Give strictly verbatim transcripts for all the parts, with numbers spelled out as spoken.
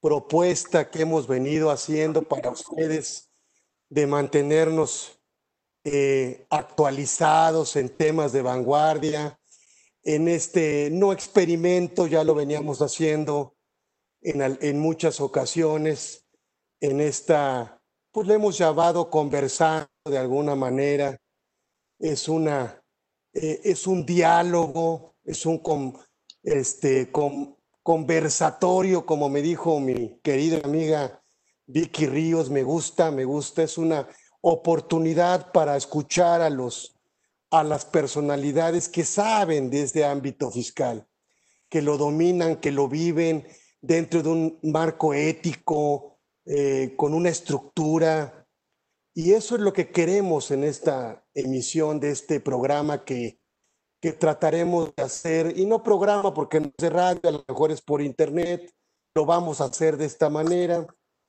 propuesta que hemos venido haciendo para ustedes de mantenernos eh, actualizados en temas de vanguardia. En este no experimento, ya lo veníamos haciendo en, en muchas ocasiones. En esta, pues le hemos llamado conversando de alguna manera. Es una, eh, es un diálogo, es un con, este, con, conversatorio, como me dijo mi querida amiga Vicky Ríos. Me gusta, me gusta, es una oportunidad para escuchar a, los, a las personalidades que saben de este ámbito fiscal, que lo dominan, que lo viven dentro de un marco ético, eh, con una estructura. Y eso es lo que queremos en esta emisión de este programa que, que trataremos de hacer, y no programa porque no es de radio, a lo mejor es por internet, lo vamos a hacer de esta manera.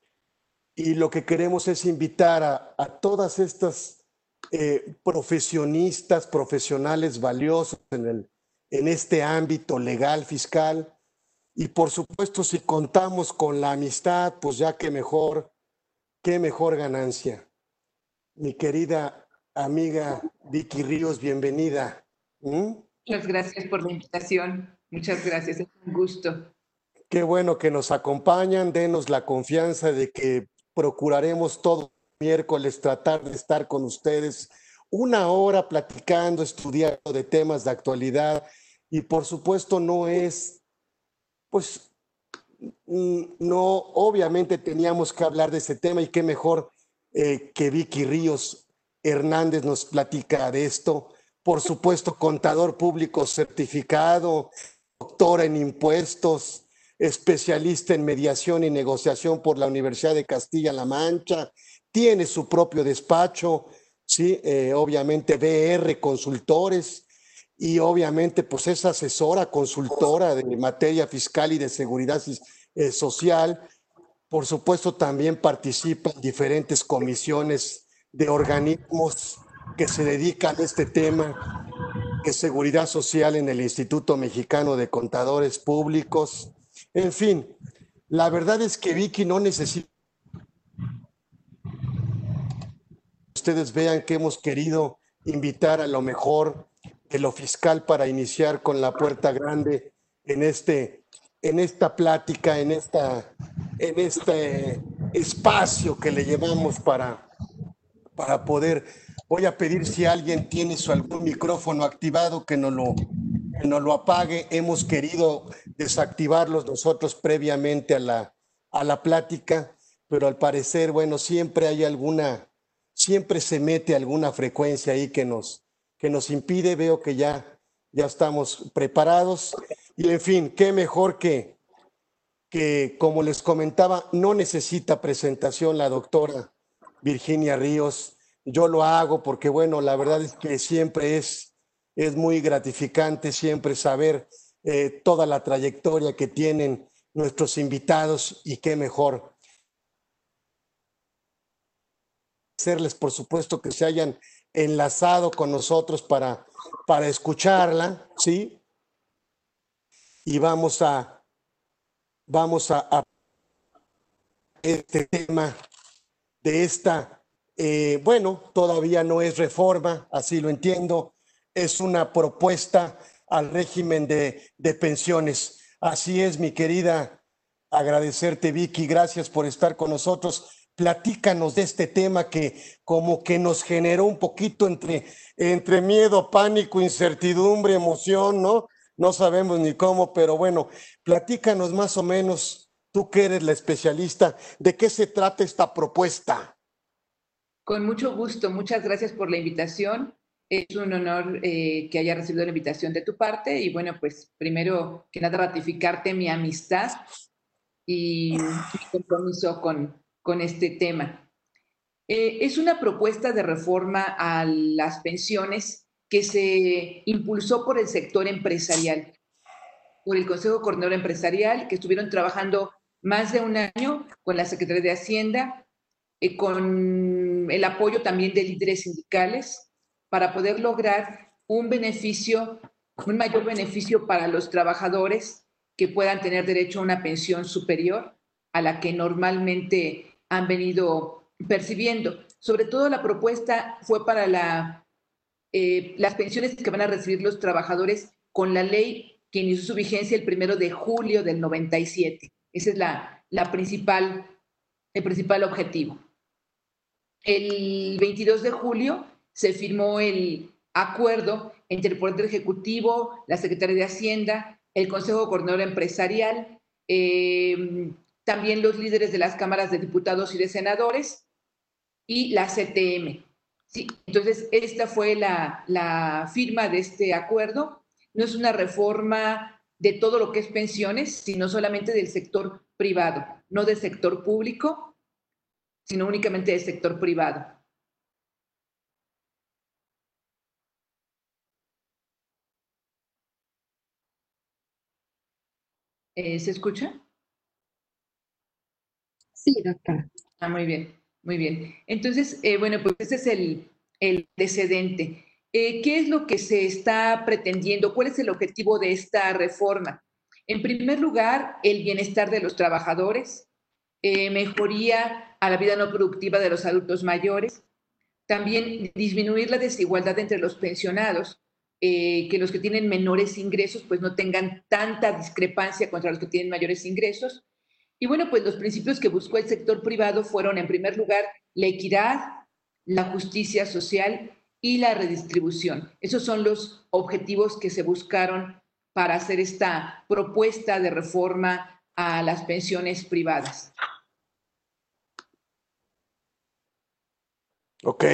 Y lo que queremos es invitar a, a todas estas eh, profesionistas, profesionales valiosos en, el, en este ámbito legal, fiscal. Y por supuesto, si contamos con la amistad, pues ya qué mejor, qué mejor ganancia. Mi querida amiga Vicky Ríos, bienvenida. ¿Mm? Muchas gracias por la invitación. Muchas gracias, es un gusto. Qué bueno que nos acompañan. Denos la confianza de que procuraremos todo miércoles tratar de estar con ustedes una hora platicando, estudiando de temas de actualidad. Y por supuesto no es, pues, no, obviamente teníamos que hablar de ese tema, y qué mejor eh, que Vicky Ríos Hernández nos platica de esto. Por supuesto, contador público certificado, doctora en impuestos, especialista en mediación y negociación por la Universidad de Castilla-La Mancha, tiene su propio despacho, ¿sí? Eh, obviamente B R Consultores, y obviamente pues es asesora, consultora de materia fiscal y de seguridad eh, social. Por supuesto, también participa en diferentes comisiones de organismos que se dedican a este tema de seguridad social en el Instituto Mexicano de Contadores Públicos. En fin, la verdad es que Vicky no necesita. Ustedes vean que hemos querido invitar a lo mejor de lo fiscal para iniciar con la puerta grande en, este, en esta plática, en, esta, en este espacio que le llevamos para, para poder. Voy a pedir, si alguien tiene su algún micrófono activado, que nos lo, que nos lo apague. Hemos querido desactivarlos nosotros previamente a la, a la plática, pero al parecer, bueno, siempre hay alguna, siempre se mete alguna frecuencia ahí que nos, que nos impide. Veo que ya, ya estamos preparados. Y en fin, qué mejor que, que, como les comentaba, no necesita presentación la doctora Virginia Ríos. Yo lo hago porque, bueno, la verdad es que siempre es, es muy gratificante siempre saber eh, toda la trayectoria que tienen nuestros invitados, y qué mejor hacerles, por supuesto, que se hayan enlazado con nosotros para, para escucharla, ¿sí? Y vamos a, vamos a, a este tema de esta, eh, bueno, todavía no es reforma, así lo entiendo, es una propuesta al régimen de, de pensiones. Así es, mi querida, agradecerte, Vicky, gracias por estar con nosotros. Platícanos de este tema que como que nos generó un poquito entre, entre miedo, pánico, incertidumbre, emoción, ¿no? No sabemos ni cómo, pero bueno, platícanos más o menos, tú que eres la especialista, ¿de qué se trata esta propuesta? Con mucho gusto, muchas gracias por la invitación. Es un honor eh, que haya recibido la invitación de tu parte y bueno, pues primero que nada ratificarte mi amistad y mi compromiso con, con este tema. Eh, es una propuesta de reforma a las pensiones que se impulsó por el sector empresarial, por el Consejo Coordinador Empresarial, que estuvieron trabajando más de un año con la Secretaría de Hacienda, eh, con el apoyo también de líderes sindicales, para poder lograr un beneficio, un mayor beneficio para los trabajadores que puedan tener derecho a una pensión superior a la que normalmente han venido percibiendo. Sobre todo la propuesta fue para la, eh, las pensiones que van a recibir los trabajadores con la ley que inició su vigencia el primero de julio del noventa y siete. Ese es la, la principal, el principal objetivo. El veintidós de julio se firmó el acuerdo entre el Poder Ejecutivo, la Secretaría de Hacienda, el Consejo Coordinador Empresarial, eh, también los líderes de las cámaras de diputados y de senadores y la C T M. Sí, entonces, esta fue la, la firma de este acuerdo. No es una reforma de todo lo que es pensiones, sino solamente del sector privado, no del sector público, sino únicamente del sector privado. Eh, ¿Se escucha? Sí, doctora. Ah, muy bien, muy bien. Entonces, eh, bueno, pues ese es el, el antecedente. Eh, ¿Qué es lo que se está pretendiendo? ¿Cuál es el objetivo de esta reforma? En primer lugar, el bienestar de los trabajadores, eh, mejoría a la vida no productiva de los adultos mayores, también disminuir la desigualdad entre los pensionados, eh, que los que tienen menores ingresos pues no tengan tanta discrepancia contra los que tienen mayores ingresos. Y bueno, pues los principios que buscó el sector privado fueron, en primer lugar, la equidad, la justicia social y la redistribución. Esos son los objetivos que se buscaron para hacer esta propuesta de reforma a las pensiones privadas. Ok.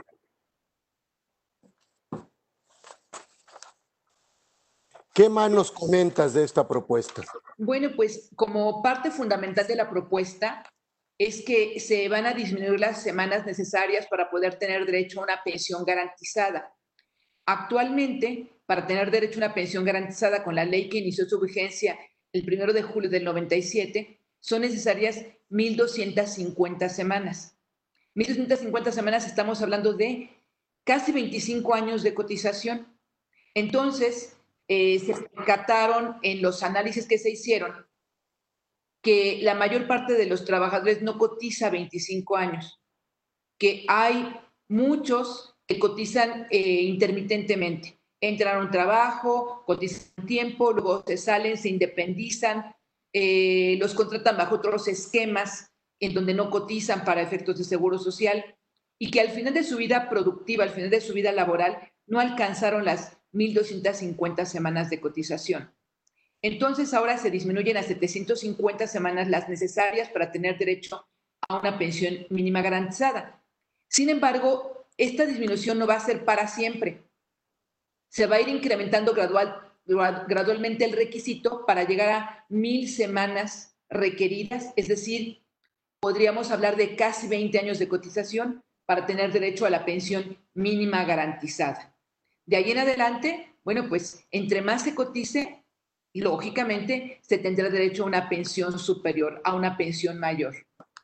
¿Qué más nos comentas de esta propuesta? Bueno, pues como parte fundamental de la propuesta es que se van a disminuir las semanas necesarias para poder tener derecho a una pensión garantizada. Actualmente, para tener derecho a una pensión garantizada con la ley que inició su vigencia el primero de julio del noventa y siete, son necesarias mil doscientas cincuenta semanas. mil doscientas cincuenta semanas, estamos hablando de casi veinticinco años de cotización. Entonces, eh, se percataron en los análisis que se hicieron que la mayor parte de los trabajadores no cotiza veinticinco años, que hay muchos que cotizan eh, intermitentemente. Entran a un trabajo, cotizan un tiempo, luego se salen, se independizan, eh, los contratan bajo otros esquemas en donde no cotizan para efectos de seguro social y que al final de su vida productiva, al final de su vida laboral, no alcanzaron las mil doscientas cincuenta semanas de cotización. Entonces ahora se disminuyen a setecientas cincuenta semanas las necesarias para tener derecho a una pensión mínima garantizada. Sin embargo, esta disminución no va a ser para siempre. Se va a ir incrementando gradual, gradualmente el requisito para llegar a mil semanas requeridas, es decir, podríamos hablar de casi veinte años de cotización para tener derecho a la pensión mínima garantizada. De ahí en adelante, bueno, pues entre más se cotice, lógicamente se tendrá derecho a una pensión superior, a una pensión mayor.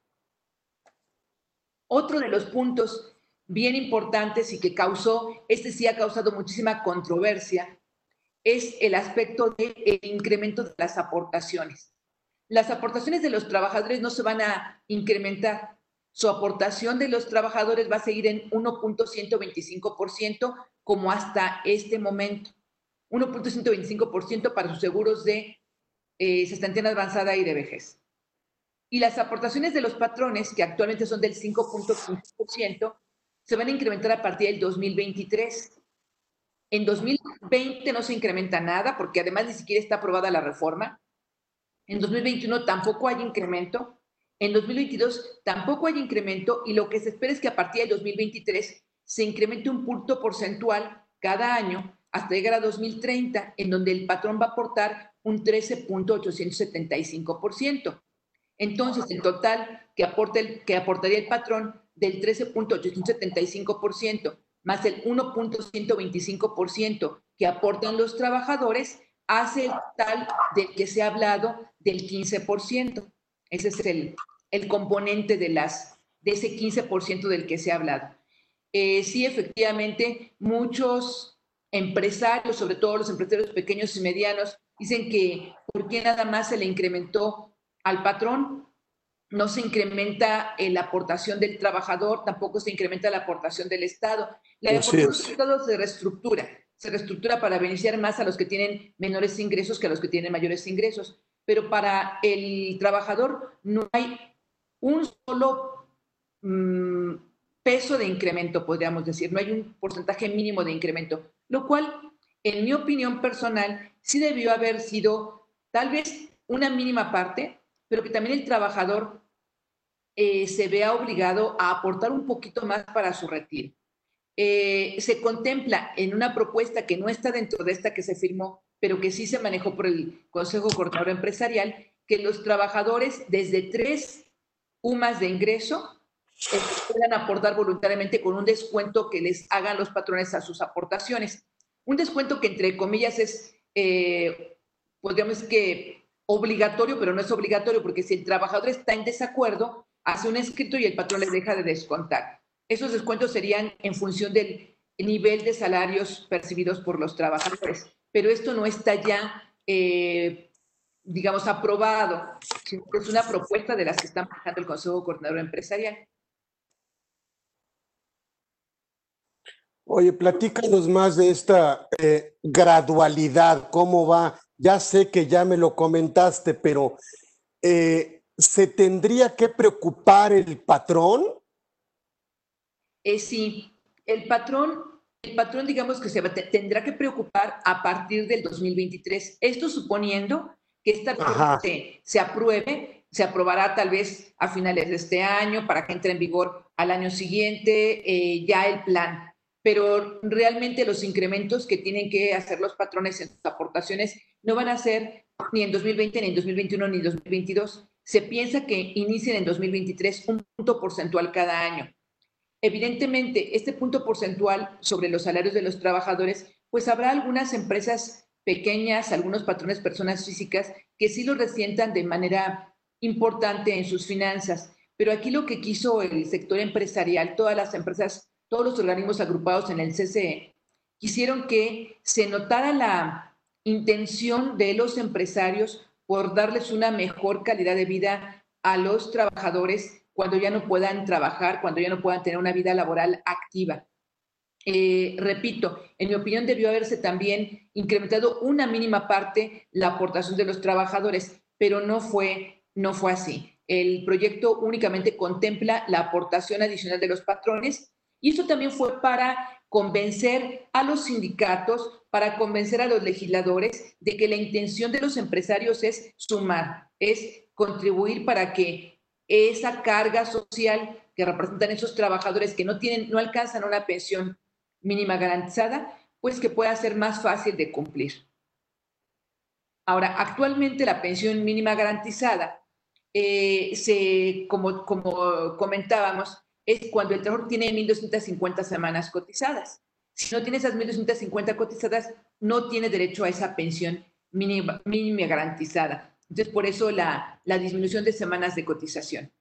Otro de los puntos bien importantes y que causó, este sí ha causado muchísima controversia, es el aspecto del incremento de las aportaciones. Las aportaciones de los trabajadores no se van a incrementar. Su aportación de los trabajadores va a seguir en uno punto ciento veinticinco por ciento como hasta este momento. uno punto ciento veinticinco por ciento para sus seguros de eh, cesantía avanzada y de vejez. Y las aportaciones de los patrones, que actualmente son del cinco punto quince por ciento, se van a incrementar a partir del dos mil veintitrés. En dos mil veinte no se incrementa nada, porque además ni siquiera está aprobada la reforma. En dos mil veintiuno tampoco hay incremento. En dos mil veintidós tampoco hay incremento, y lo que se espera es que a partir del dos mil veintitrés se incremente un punto porcentual cada año hasta llegar a dos mil treinta, en donde el patrón va a aportar un trece punto ochocientos setenta y cinco por ciento. Entonces, el total que, aporta el, que aportaría el patrón del trece punto ochocientos setenta y cinco por ciento más el uno punto ciento veinticinco por ciento que aportan los trabajadores hace el total del que se ha hablado del quince por ciento. Ese es el, el componente de, las, de ese quince por ciento del que se ha hablado. Eh, sí, efectivamente, muchos empresarios, sobre todo los empresarios pequeños y medianos, dicen que ¿por qué nada más se le incrementó al patrón? no se incrementa eh, la aportación del trabajador, tampoco se incrementa la aportación del Estado. La Así aportación es. del Estado se reestructura, se reestructura para beneficiar más a los que tienen menores ingresos que a los que tienen mayores ingresos. Pero para el trabajador no hay un solo mmm, peso de incremento, podríamos decir, no hay un porcentaje mínimo de incremento, lo cual, en mi opinión personal, sí debió haber sido tal vez una mínima parte, pero que también el trabajador eh, se vea obligado a aportar un poquito más para su retiro. Eh, se contempla en una propuesta que no está dentro de esta que se firmó, pero que sí se manejó por el Consejo Coordinador Empresarial, que los trabajadores desde tres U M A S de ingreso eh, puedan aportar voluntariamente con un descuento que les hagan los patrones a sus aportaciones. Un descuento que, entre comillas, es, eh, podríamos que obligatorio, pero no es obligatorio, porque si el trabajador está en desacuerdo, hace un escrito y el patrón le deja de descontar. Esos descuentos serían en función del nivel de salarios percibidos por los trabajadores, pero esto no está ya, eh, digamos, aprobado, sino que es una propuesta de las que está manejando el Consejo Coordinador Empresarial. Oye, platícanos más de esta eh, gradualidad, cómo va. Ya sé que ya me lo comentaste, pero eh, ¿se tendría que preocupar el patrón? Eh, sí, el patrón, el patrón digamos que se va, te, tendrá que preocupar a partir del dos mil veintitrés. Esto suponiendo que esta reforma se, se apruebe, se aprobará tal vez a finales de este año para que entre en vigor al año siguiente eh, ya el plan. Pero realmente los incrementos que tienen que hacer los patrones en sus aportaciones no van a ser ni en dos mil veinte, ni en dos mil veintiuno, ni en dos mil veintidós. Se piensa que inicien en dos mil veintitrés un punto porcentual cada año. Evidentemente, este punto porcentual sobre los salarios de los trabajadores, pues habrá algunas empresas pequeñas, algunos patrones, personas físicas, que sí lo resientan de manera importante en sus finanzas. Pero aquí lo que quiso el sector empresarial, todas las empresas, todos los organismos agrupados en el C C E, quisieron que se notara la intención de los empresarios por darles una mejor calidad de vida a los trabajadores cuando ya no puedan trabajar, cuando ya no puedan tener una vida laboral activa. Eh, repito, en mi opinión debió haberse también incrementado una mínima parte la aportación de los trabajadores, pero no fue, no fue así. El proyecto únicamente contempla la aportación adicional de los patrones y eso también fue para convencer a los sindicatos, para convencer a los legisladores de que la intención de los empresarios es sumar, es contribuir para que esa carga social que representan esos trabajadores que no tienen, no alcanzan una pensión mínima garantizada, pues que pueda ser más fácil de cumplir. Ahora, actualmente la pensión mínima garantizada, eh, se, como, como comentábamos, es cuando el trabajador tiene mil doscientas cincuenta semanas cotizadas. Si no tiene esas mil doscientas cincuenta cotizadas, no tiene derecho a esa pensión mínima, mínima garantizada. Entonces, por eso la, la disminución de semanas de cotización.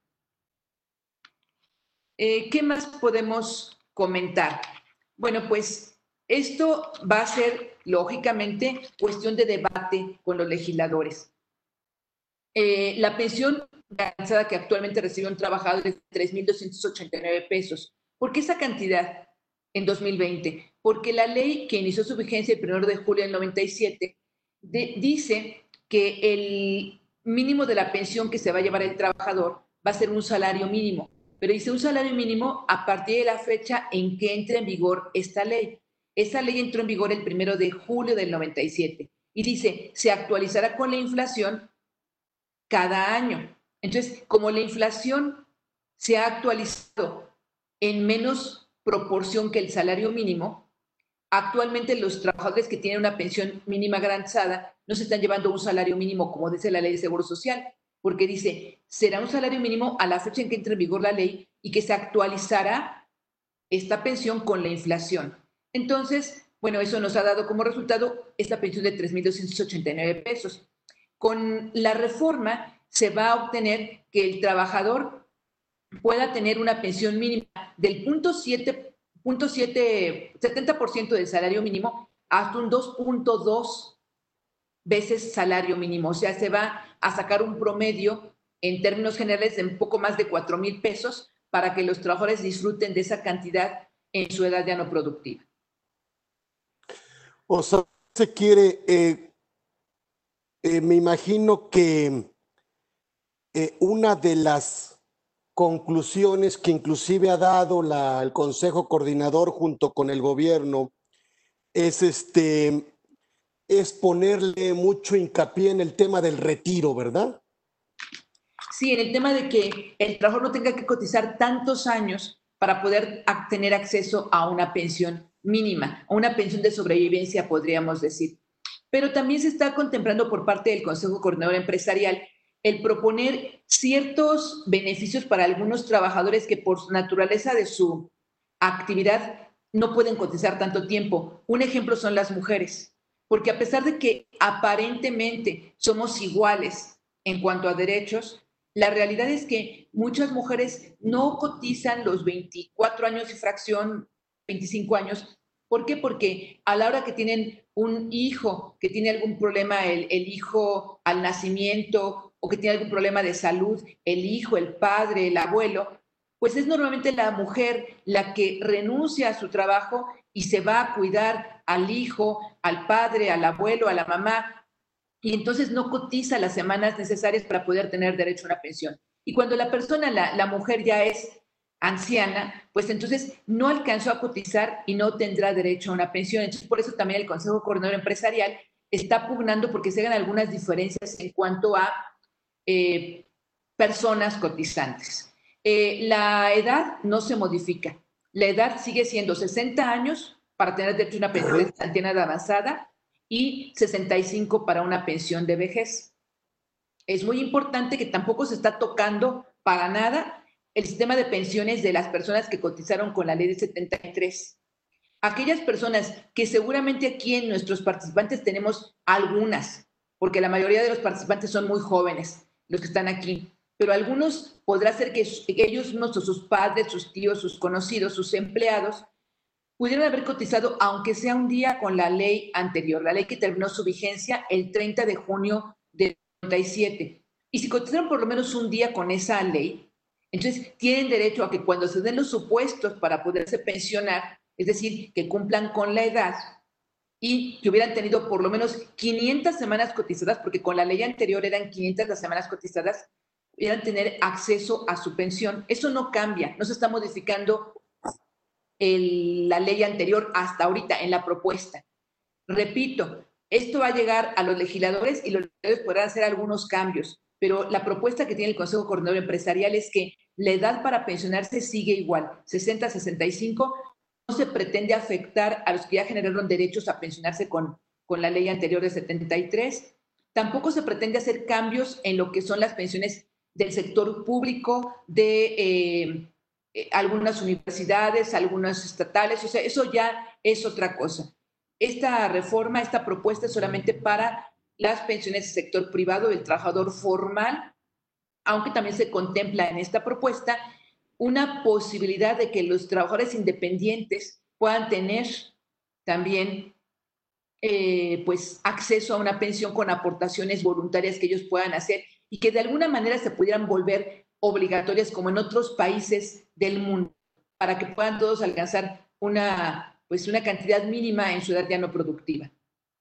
Eh, ¿Qué más podemos comentar? Bueno, pues esto va a ser, lógicamente, cuestión de debate con los legisladores. Eh, la pensión garantizada que actualmente recibe un trabajador es de tres mil doscientos ochenta y nueve pesos. ¿Por qué esa cantidad en dos mil veinte? Porque la ley que inició su vigencia el primero de julio del noventa y siete de, dice que el mínimo de la pensión que se va a llevar el trabajador va a ser un salario mínimo, pero dice un salario mínimo a partir de la fecha en que entre en vigor esta ley. Esa ley entró en vigor el primero de julio del noventa y siete y dice, se actualizará con la inflación cada año. Entonces, como la inflación se ha actualizado en menos proporción que el salario mínimo, actualmente los trabajadores que tienen una pensión mínima garantizada no se están llevando un salario mínimo como dice la ley de Seguro Social, porque dice, será un salario mínimo a la fecha en que entre en vigor la ley y que se actualizará esta pensión con la inflación. Entonces, bueno, eso nos ha dado como resultado esta pensión de tres mil doscientos ochenta y nueve pesos. Con la reforma se va a obtener que el trabajador pueda tener una pensión mínima del punto siete, punto siete, setenta por ciento del salario mínimo hasta un dos punto dos veces salario mínimo. O sea, se va a sacar un promedio en términos generales de un poco más de cuatro mil pesos para que los trabajadores disfruten de esa cantidad en su edad ya no productiva. O sea, se quiere, eh, eh, me imagino que eh, una de las conclusiones que inclusive ha dado la, el Consejo Coordinador junto con el gobierno es, este, es ponerle mucho hincapié en el tema del retiro, ¿verdad? Sí, en el tema de que el trabajador no tenga que cotizar tantos años para poder tener acceso a una pensión mínima, a una pensión de sobrevivencia, podríamos decir. Pero también se está contemplando por parte del Consejo Coordinador Empresarial el proponer ciertos beneficios para algunos trabajadores que por naturaleza de su actividad no pueden cotizar tanto tiempo. Un ejemplo son las mujeres, porque a pesar de que aparentemente somos iguales en cuanto a derechos, la realidad es que muchas mujeres no cotizan los veinticuatro años y fracción, veinticinco años. ¿Por qué? Porque a la hora que tienen un hijo que tiene algún problema, el, el hijo al nacimiento, o que tiene algún problema de salud, el hijo, el padre, el abuelo, pues es normalmente la mujer la que renuncia a su trabajo y se va a cuidar al hijo, al padre, al abuelo, a la mamá, y entonces no cotiza las semanas necesarias para poder tener derecho a una pensión. Y cuando la persona, la, la mujer ya es anciana, pues entonces no alcanzó a cotizar y no tendrá derecho a una pensión. Entonces, por eso también el Consejo Coordinador Empresarial está pugnando porque se hagan algunas diferencias en cuanto a eh, personas cotizantes. Eh, la edad no se modifica. La edad sigue siendo sesenta años para tener derecho a una pensión de edad avanzada y sesenta y cinco para una pensión de vejez. Es muy importante que tampoco se está tocando para nada el sistema de pensiones de las personas que cotizaron con la ley de setenta y tres. Aquellas personas que seguramente aquí en nuestros participantes tenemos algunas, porque la mayoría de los participantes son muy jóvenes, los que están aquí, pero algunos podrá ser que ellos, sus padres, sus tíos, sus conocidos, sus empleados, pudieron haber cotizado, aunque sea un día, con la ley anterior, la ley que terminó su vigencia el treinta de junio de noventa y siete. Y si cotizaron por lo menos un día con esa ley, entonces tienen derecho a que cuando se den los supuestos para poderse pensionar, es decir, que cumplan con la edad y que hubieran tenido por lo menos quinientas semanas cotizadas, porque con la ley anterior eran quinientas las semanas cotizadas, pudieran tener acceso a su pensión. Eso no cambia, no se está modificando el, la ley anterior hasta ahorita en la propuesta. Repito, esto va a llegar a los legisladores y los legisladores podrán hacer algunos cambios, pero la propuesta que tiene el Consejo Coordinador Empresarial es que la edad para pensionarse sigue igual, sesenta a sesenta y cinco. No se pretende afectar a los que ya generaron derechos a pensionarse con, con la ley anterior de setenta y tres. Tampoco se pretende hacer cambios en lo que son las pensiones del sector público, de eh, eh, algunas universidades, algunas estatales, o sea, eso ya es otra cosa. Esta reforma, esta propuesta es solamente para las pensiones del sector privado del trabajador formal, aunque también se contempla en esta propuesta una posibilidad de que los trabajadores independientes puedan tener también eh, pues acceso a una pensión con aportaciones voluntarias que ellos puedan hacer y que de alguna manera se pudieran volver obligatorias como en otros países del mundo para que puedan todos alcanzar una, pues una cantidad mínima en su edad ya no productiva.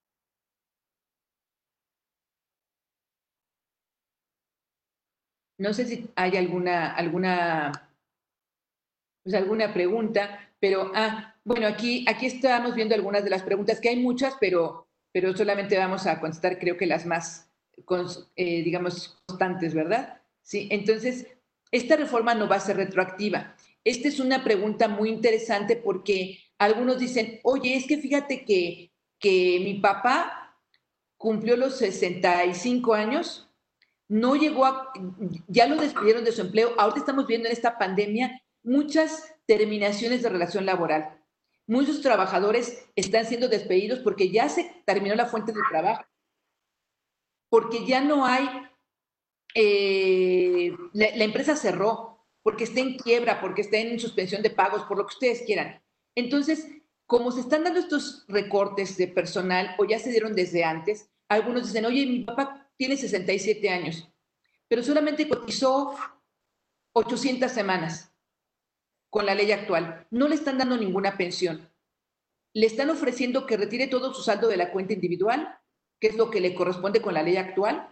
No sé si hay alguna, alguna, pues alguna pregunta, pero, ah, bueno, aquí, aquí estamos viendo algunas de las preguntas, que hay muchas, pero, pero solamente vamos a contestar, creo que las más, eh, digamos, constantes, ¿verdad? Sí, entonces, esta reforma no va a ser retroactiva. Esta es una pregunta muy interesante porque algunos dicen, oye, es que fíjate que, que mi papá cumplió los sesenta y cinco años, no llegó a, ya lo despidieron de su empleo, ahorita estamos viendo en esta pandemia muchas terminaciones de relación laboral. Muchos trabajadores están siendo despedidos porque ya se terminó la fuente de trabajo, porque ya no hay, eh, la, la empresa cerró, porque está en quiebra, porque está en suspensión de pagos, por lo que ustedes quieran. Entonces, como se están dando estos recortes de personal, o ya se dieron desde antes, algunos dicen, oye, mi papá tiene sesenta y siete años, pero solamente cotizó ochocientas semanas con la ley actual. No le están dando ninguna pensión. Le están ofreciendo que retire todo su saldo de la cuenta individual, que es lo que le corresponde con la ley actual,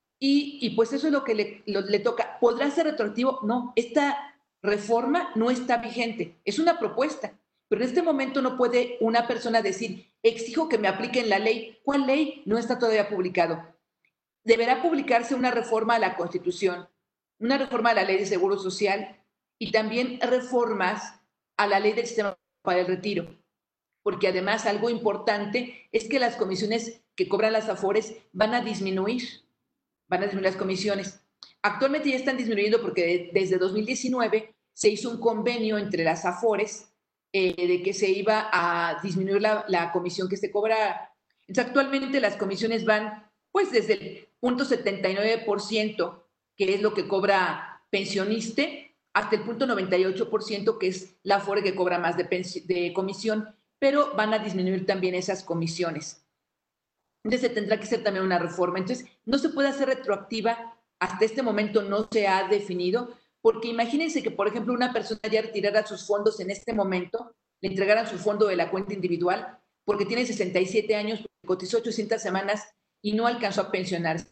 y, y pues eso es lo que le, lo, le toca. ¿Podrá ser retroactivo? No, esta reforma no está vigente. Es una propuesta, pero en este momento no puede una persona decir, exijo que me apliquen la ley. ¿Cuál ley? No está todavía publicado. Deberá publicarse una reforma a la Constitución, una reforma a la Ley de Seguro Social y también reformas a la Ley del Sistema para el Retiro. Porque además algo importante es que las comisiones que cobran las AFORES van a disminuir, van a disminuir las comisiones. Actualmente ya están disminuyendo porque desde dos mil diecinueve se hizo un convenio entre las AFORES eh, de que se iba a disminuir la, la comisión que se cobrara. Entonces actualmente las comisiones van pues desde el punto setenta y nueve por ciento, que es lo que cobra pensioniste, hasta el punto noventa y ocho por ciento, que es la AFORE que cobra más de, de comisión, pero van a disminuir también esas comisiones. Entonces se tendrá que hacer también una reforma. Entonces no se puede hacer retroactiva, hasta este momento no se ha definido, porque imagínense que, por ejemplo, una persona ya retirara sus fondos en este momento, le entregaran su fondo de la cuenta individual, porque tiene sesenta y siete años, cotizó ochocientas semanas y no alcanzó a pensionarse.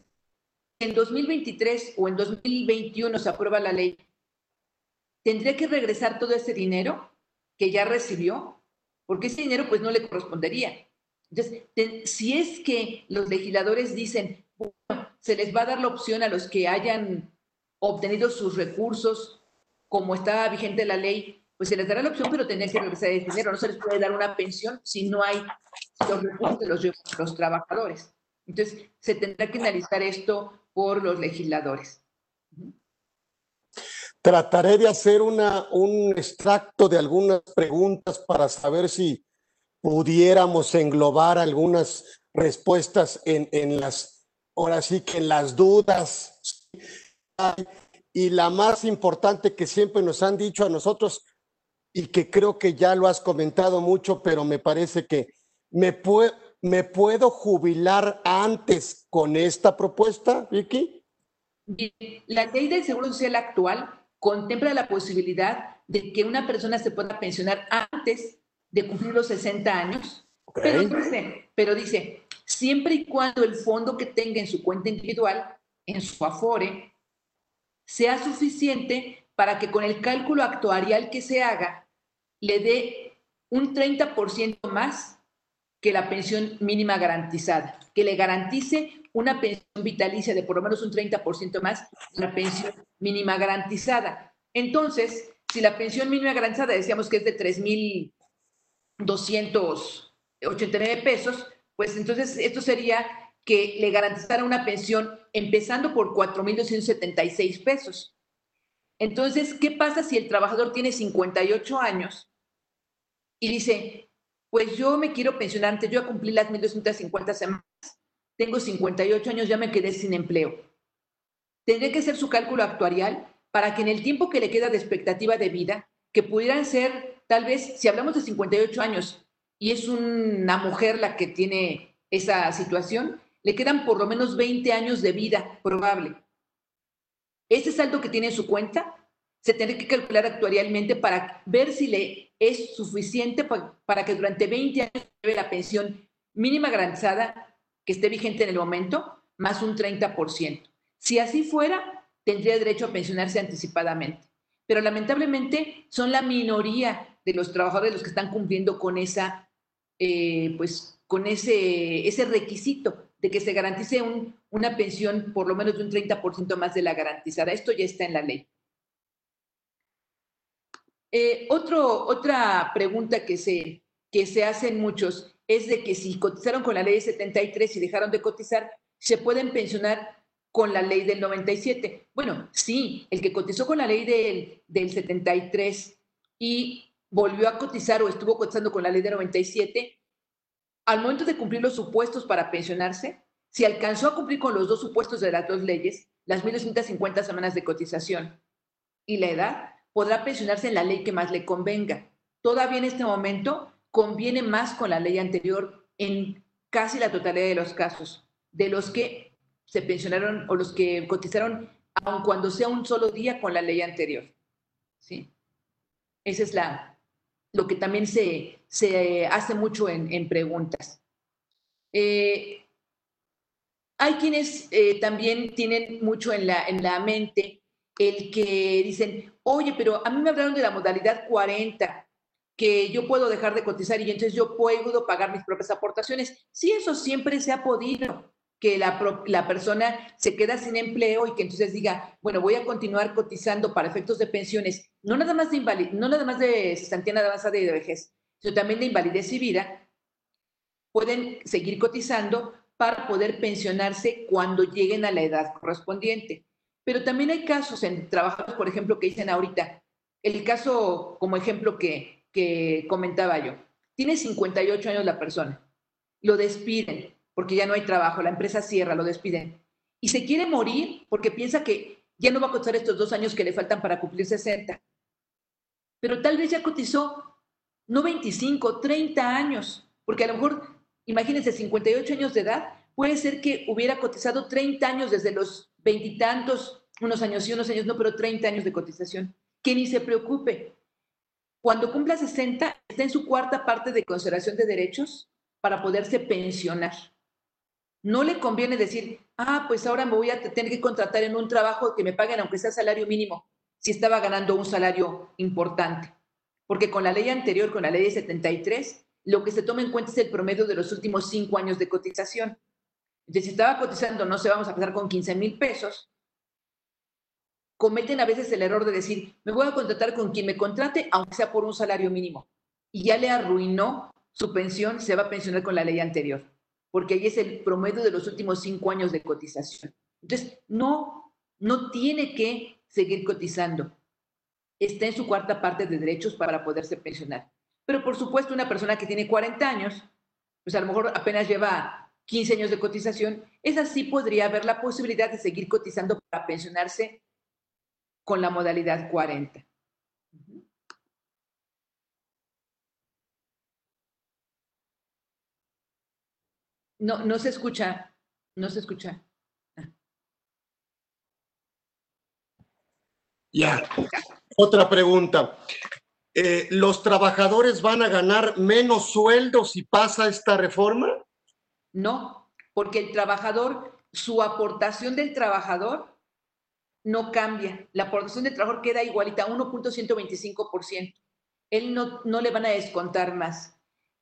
En dos mil veintitrés o en dos mil veintiuno se aprueba la ley, tendría que regresar todo ese dinero que ya recibió, porque ese dinero pues no le correspondería. Entonces, te, si es que los legisladores dicen, bueno, se les va a dar la opción a los que hayan obtenido sus recursos, como estaba vigente la ley, pues se les dará la opción, pero tendrían que regresar ese dinero. No se les puede dar una pensión si no hay los recursos de los, los trabajadores. Entonces, se tendrá que analizar esto por los legisladores. Trataré de hacer una, un extracto de algunas preguntas para saber si pudiéramos englobar algunas respuestas en, en las, ahora sí que en las dudas. Y la más importante que siempre nos han dicho a nosotros, y que creo que ya lo has comentado mucho, pero me parece que me puedo... ¿Me puedo jubilar antes con esta propuesta, Vicky? La ley del Seguro Social actual contempla la posibilidad de que una persona se pueda pensionar antes de cumplir los sesenta años, okay. pero, dice, pero dice, siempre y cuando el fondo que tenga en su cuenta individual, en su AFORE, sea suficiente para que con el cálculo actuarial que se haga, le dé un treinta por ciento más que la pensión mínima garantizada, que le garantice una pensión vitalicia de por lo menos un treinta por ciento más que la pensión mínima garantizada. Entonces, si la pensión mínima garantizada decíamos que es de tres mil doscientos ochenta y nueve pesos, pues entonces esto sería que le garantizara una pensión empezando por cuatro mil doscientos setenta y seis pesos. Entonces, ¿qué pasa si el trabajador tiene cincuenta y ocho años y dice, pues yo me quiero pensionar antes, yo ya cumplí las mil doscientas cincuenta semanas, tengo cincuenta y ocho años, ya me quedé sin empleo? Tendría que hacer su cálculo actuarial para que en el tiempo que le queda de expectativa de vida, que pudieran ser, tal vez, si hablamos de cincuenta y ocho años y es una mujer la que tiene esa situación, le quedan por lo menos veinte años de vida probable. Ese saldo que tiene en su cuenta se tendría que calcular actuarialmente para ver si le es suficiente para, para que durante veinte años lleve la pensión mínima garantizada que esté vigente en el momento, más un treinta por ciento. Si así fuera, tendría derecho a pensionarse anticipadamente. Pero lamentablemente son la minoría de los trabajadores los que están cumpliendo con esa, eh, pues, con ese, ese requisito de que se garantice un, una pensión por lo menos de un treinta por ciento más de la garantizada. Esto ya está en la ley. Eh, otro, otra pregunta que se, que se hacen muchos es de que si cotizaron con la ley de setenta y tres y dejaron de cotizar, ¿se pueden pensionar con la ley del noventa y siete? Bueno, sí, el que cotizó con la ley del, del setenta y tres y volvió a cotizar o estuvo cotizando con la ley del noventa y siete, al momento de cumplir los supuestos para pensionarse, si alcanzó a cumplir con los dos supuestos de las dos leyes, las mil doscientas cincuenta semanas de cotización y la edad, podrá pensionarse en la ley que más le convenga. Todavía en este momento conviene más con la ley anterior en casi la totalidad de los casos, de los que se pensionaron o los que cotizaron aun cuando sea un solo día con la ley anterior. ¿Sí? Esa es la, lo que también se, se hace mucho en, en preguntas. Eh, hay quienes eh, también tienen mucho en la, en la mente el que dicen, oye, pero a mí me hablaron de la modalidad cuarenta, que yo puedo dejar de cotizar y entonces yo puedo pagar mis propias aportaciones. Sí, eso siempre se ha podido, que la, la persona se queda sin empleo y que entonces diga, bueno, voy a continuar cotizando para efectos de pensiones, no nada más de invalidez, no nada más de cesantía avanzada y de vejez, sino también de invalidez y vida, pueden seguir cotizando para poder pensionarse cuando lleguen a la edad correspondiente. Pero también hay casos en trabajadores, por ejemplo, que dicen ahorita, el caso como ejemplo que, que comentaba yo, tiene cincuenta y ocho años la persona, lo despiden porque ya no hay trabajo, la empresa cierra, lo despiden, y se quiere morir porque piensa que ya no va a cotizar estos dos años que le faltan para cumplir sesenta, pero tal vez ya cotizó no veinticinco, treinta años, porque a lo mejor, imagínense, cincuenta y ocho años de edad, puede ser que hubiera cotizado treinta años desde los veintitantos, unos años y unos años no, pero treinta años de cotización. Que ni se preocupe. Cuando cumpla sesenta, está en su cuarta parte de consideración de derechos para poderse pensionar. No le conviene decir, ah, pues ahora me voy a tener que contratar en un trabajo que me paguen aunque sea salario mínimo, si estaba ganando un salario importante. Porque con la ley anterior, con la ley de setenta y tres, lo que se toma en cuenta es el promedio de los últimos cinco años de cotización. Entonces, si estaba cotizando, no sé, vamos a empezar con quince mil pesos, cometen a veces el error de decir, me voy a contratar con quien me contrate, aunque sea por un salario mínimo. Y ya le arruinó su pensión, se va a pensionar con la ley anterior, porque ahí es el promedio de los últimos cinco años de cotización. Entonces, no, no tiene que seguir cotizando. Está en su cuarta parte de derechos para poderse pensionar. Pero por supuesto, una persona que tiene cuarenta años, pues a lo mejor apenas lleva quince años de cotización, esa sí podría haber la posibilidad de seguir cotizando para pensionarse con la modalidad cuarenta. No, no se escucha, no se escucha. Ya. Otra pregunta. Eh, ¿Los trabajadores van a ganar menos sueldo si pasa esta reforma? No, porque el trabajador, su aportación del trabajador no cambia. La aportación del trabajador queda igualita, uno punto ciento veinticinco por ciento. Él no, no le van a descontar más.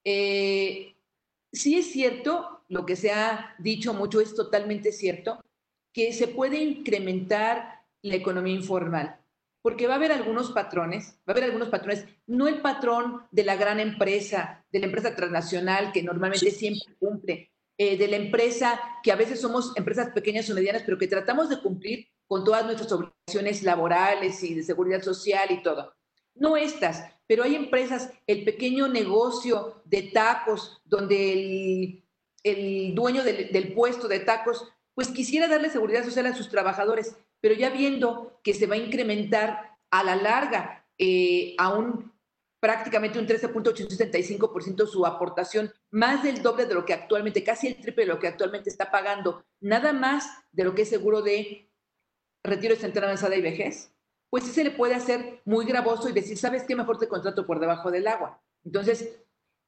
Eh, sí es cierto, lo que se ha dicho mucho es totalmente cierto, que se puede incrementar la economía informal, porque va a haber algunos patrones, va a haber algunos patrones, no el patrón de la gran empresa, de la empresa transnacional que normalmente siempre cumple, eh, de la empresa que a veces somos empresas pequeñas o medianas, pero que tratamos de cumplir con todas nuestras obligaciones laborales y de seguridad social y todo. No estas, pero hay empresas, el pequeño negocio de tacos, donde el, el dueño del, del puesto de tacos, pues quisiera darle seguridad social a sus trabajadores, pero ya viendo que se va a incrementar a la larga eh, a un prácticamente un trece punto ochocientos setenta y cinco por ciento su aportación, más del doble de lo que actualmente, casi el triple de lo que actualmente está pagando, nada más de lo que es seguro de retiro de central avanzada y vejez, pues sí se le puede hacer muy gravoso y decir, ¿sabes qué? Mejor te contrato por debajo del agua. Entonces,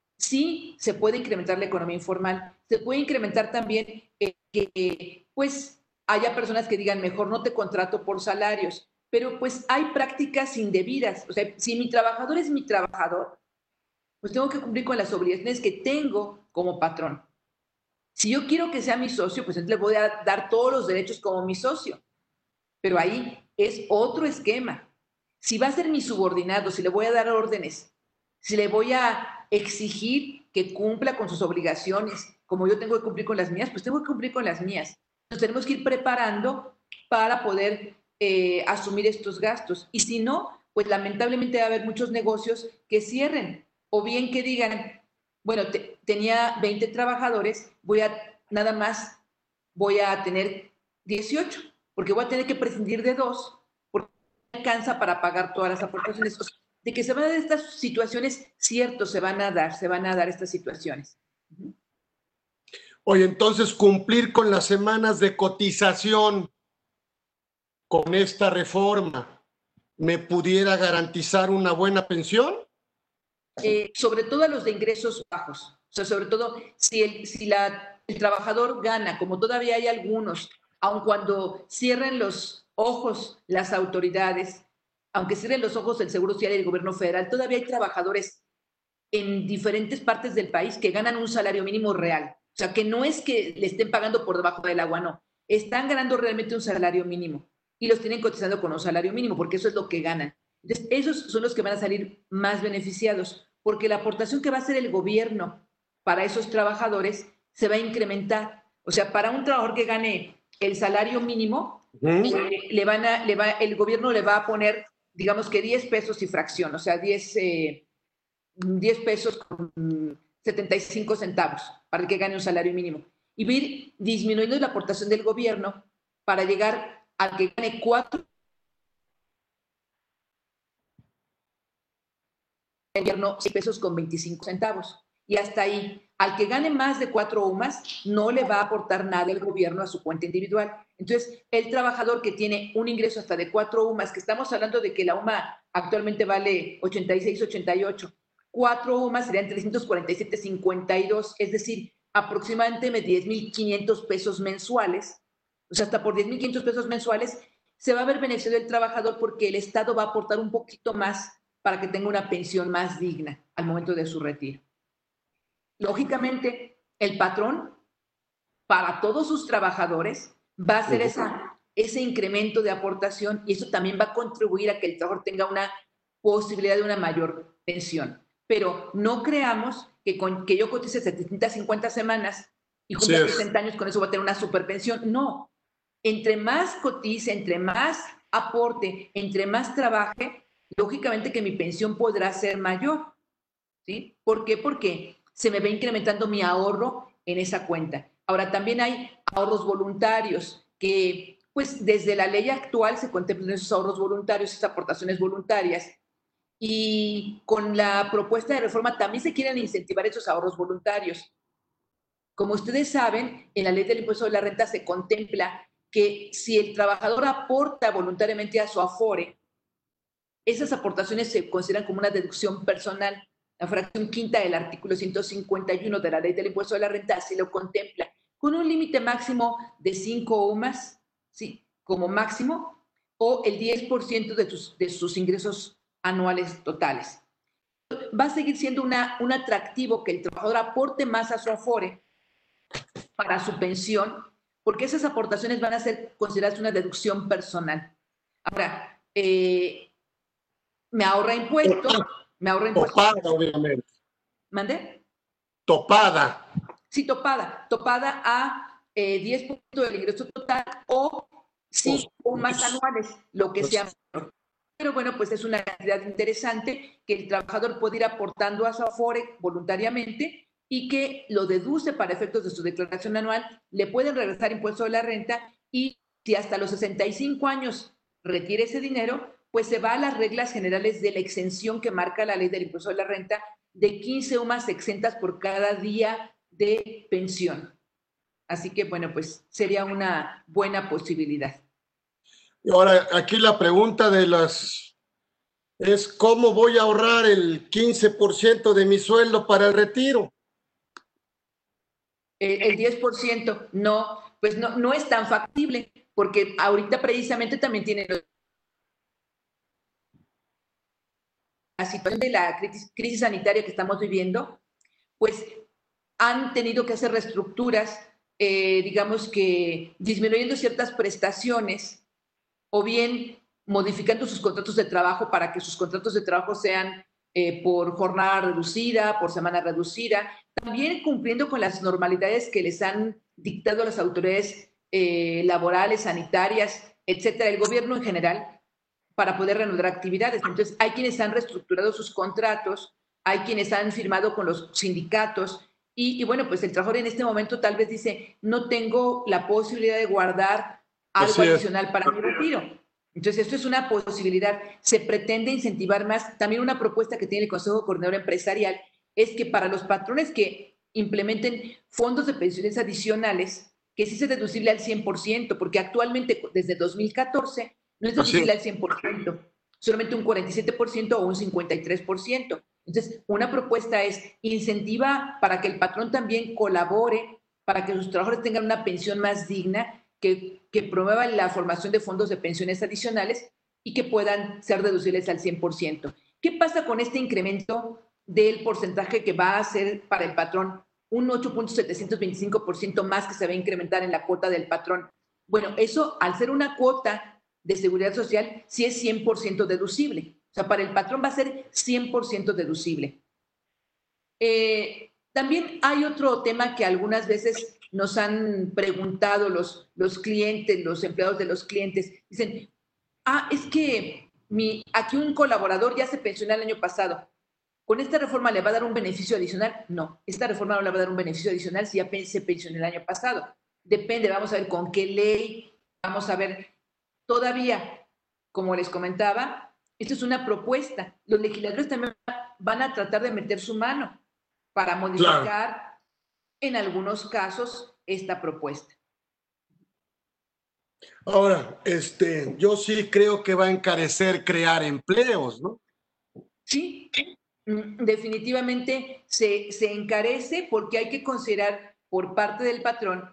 sí se puede incrementar la economía informal, se puede incrementar también eh, que pues haya personas que digan, mejor no te contrato por salarios, pero pues hay prácticas indebidas. O sea, si mi trabajador es mi trabajador, pues tengo que cumplir con las obligaciones que tengo como patrón. Si yo quiero que sea mi socio, pues entonces le voy a dar todos los derechos como mi socio. Pero ahí es otro esquema. Si va a ser mi subordinado, si le voy a dar órdenes, si le voy a exigir que cumpla con sus obligaciones, como yo tengo que cumplir con las mías, pues tengo que cumplir con las mías. Entonces tenemos que ir preparando para poder eh, asumir estos gastos. Y si no, pues lamentablemente va a haber muchos negocios que cierren o bien que digan, bueno, te, tenía veinte trabajadores, voy a nada más voy a tener dieciocho, porque voy a tener que prescindir de dos, porque no alcanza para pagar todas las aportaciones. O sea, de que se van a dar estas situaciones, cierto, se van a dar, se van a dar estas situaciones. Oye, entonces cumplir con las semanas de cotización con esta reforma me pudiera garantizar una buena pensión? Eh, sobre todo a los de ingresos bajos. O sea, sobre todo si el, si la, el trabajador gana, como todavía hay algunos, aun cuando cierren los ojos las autoridades, aunque cierren los ojos el Seguro Social y el gobierno federal, todavía hay trabajadores en diferentes partes del país que ganan un salario mínimo real. O sea, que no es que le estén pagando por debajo del agua, no. Están ganando realmente un salario mínimo y los tienen cotizando con un salario mínimo porque eso es lo que ganan. Entonces, esos son los que van a salir más beneficiados porque la aportación que va a hacer el gobierno para esos trabajadores se va a incrementar. O sea, para un trabajador que gane el salario mínimo, uh-huh. eh, le van a, le va, el gobierno le va a poner, digamos que diez pesos y fracción, o sea, diez, eh, diez pesos con setenta y cinco centavos para el que gane un salario mínimo. Y va a ir disminuyendo la aportación del gobierno para llegar al que gane cuatro el gobierno seis pesos con veinticinco centavos. Y hasta ahí, al que gane más de cuatro U M A S, no le va a aportar nada el gobierno a su cuenta individual. Entonces, el trabajador que tiene un ingreso hasta de cuatro U M A S, que estamos hablando de que la U M A actualmente vale ochenta y seis, ochenta y ocho, cuatro U M A serían trescientos cuarenta y siete, cincuenta y dos, es decir, aproximadamente diez mil quinientos pesos mensuales. O sea, hasta por diez mil quinientos pesos mensuales se va a ver beneficiado el trabajador porque el Estado va a aportar un poquito más para que tenga una pensión más digna al momento de su retiro. Lógicamente, el patrón, para todos sus trabajadores, va a hacer esa, ese incremento de aportación y eso también va a contribuir a que el trabajador tenga una posibilidad de una mayor pensión. Pero no creamos que, con, que yo cotice setecientas cincuenta semanas y cumpla sí sesenta años, con eso va a tener una superpensión. No. Entre más cotice, entre más aporte, entre más trabaje, lógicamente que mi pensión podrá ser mayor. ¿Sí? ¿Por qué? Porque se me va incrementando mi ahorro en esa cuenta. Ahora, también hay ahorros voluntarios que, pues, desde la ley actual se contemplan esos ahorros voluntarios, esas aportaciones voluntarias. Y con la propuesta de reforma también se quieren incentivar esos ahorros voluntarios. Como ustedes saben, en la ley del impuesto de la renta se contempla que si el trabajador aporta voluntariamente a su Afore, esas aportaciones se consideran como una deducción personal. La fracción quinta del artículo ciento cincuenta y uno de la ley del impuesto de la renta así lo contempla, con un límite máximo de cinco U M A S, ¿sí? Como máximo, o el diez por ciento de, tus, de sus ingresos anuales totales. Va a seguir siendo una, un atractivo que el trabajador aporte más a su Afore para su pensión, porque esas aportaciones van a ser consideradas una deducción personal. Ahora, eh, me ahorra impuestos, me ahorra impuestos. Topada, obviamente. ¿Mandé? Topada. Sí, topada. Topada a eh, diez por ciento del ingreso total o cinco o más anuales, lo que sea menor. Pero bueno, pues es una cantidad interesante que el trabajador puede ir aportando a su Afore voluntariamente y que lo deduce para efectos de su declaración anual, le pueden regresar impuesto de la renta y si hasta los sesenta y cinco años retire ese dinero, pues se va a las reglas generales de la exención que marca la ley del impuesto de la renta de quince U M A S exentas por cada día de pensión. Así que, bueno, pues sería una buena posibilidad. Y ahora, aquí la pregunta de las es ¿cómo voy a ahorrar el quince por ciento de mi sueldo para el retiro? El, el diez por ciento, no, pues no, no es tan factible, porque ahorita precisamente también tiene la situación de la crisis, crisis sanitaria que estamos viviendo, pues han tenido que hacer reestructuras, eh, digamos que disminuyendo ciertas prestaciones o bien modificando sus contratos de trabajo para que sus contratos de trabajo sean eh, por jornada reducida, por semana reducida, también cumpliendo con las normalidades que les han dictado las autoridades eh, laborales, sanitarias, etcétera, el gobierno en general, para poder reanudar actividades. Entonces, hay quienes han reestructurado sus contratos, hay quienes han firmado con los sindicatos y, y bueno, pues el trabajador en este momento tal vez dice, no tengo la posibilidad de guardar algo adicional para mi retiro. Entonces, esto es una posibilidad. Se pretende incentivar más. También una propuesta que tiene el Consejo Coordinador Empresarial es que para los patrones que implementen fondos de pensiones adicionales, que sí sea deducible al cien por ciento, porque actualmente desde dos mil catorce No es deducible al cien por ciento, solamente un cuarenta y siete por ciento o un cincuenta y tres por ciento. Entonces, una propuesta es incentiva para que el patrón también colabore, para que sus trabajadores tengan una pensión más digna, que, que promueva la formación de fondos de pensiones adicionales y que puedan ser deducibles al cien por ciento. ¿Qué pasa con este incremento del porcentaje que va a ser para el patrón? Un ocho punto setecientos veinticinco por ciento más que se va a incrementar en la cuota del patrón. Bueno, eso al ser una cuota de seguridad social, sí es cien por ciento deducible. O sea, para el patrón va a ser cien por ciento deducible. Eh, también hay otro tema que algunas veces nos han preguntado los, los clientes, los empleados de los clientes. Dicen, ah, es que mi, aquí un colaborador ya se pensionó el año pasado. ¿Con esta reforma le va a dar un beneficio adicional? No, esta reforma no le va a dar un beneficio adicional si ya se pensionó el año pasado. Depende, vamos a ver con qué ley, vamos a ver. Todavía, como les comentaba, esto es una propuesta. Los legisladores también van a tratar de meter su mano para modificar, claro, en algunos casos esta propuesta. Ahora, este, yo sí creo que va a encarecer crear empleos, ¿no? Sí, definitivamente se, se encarece porque hay que considerar por parte del patrón,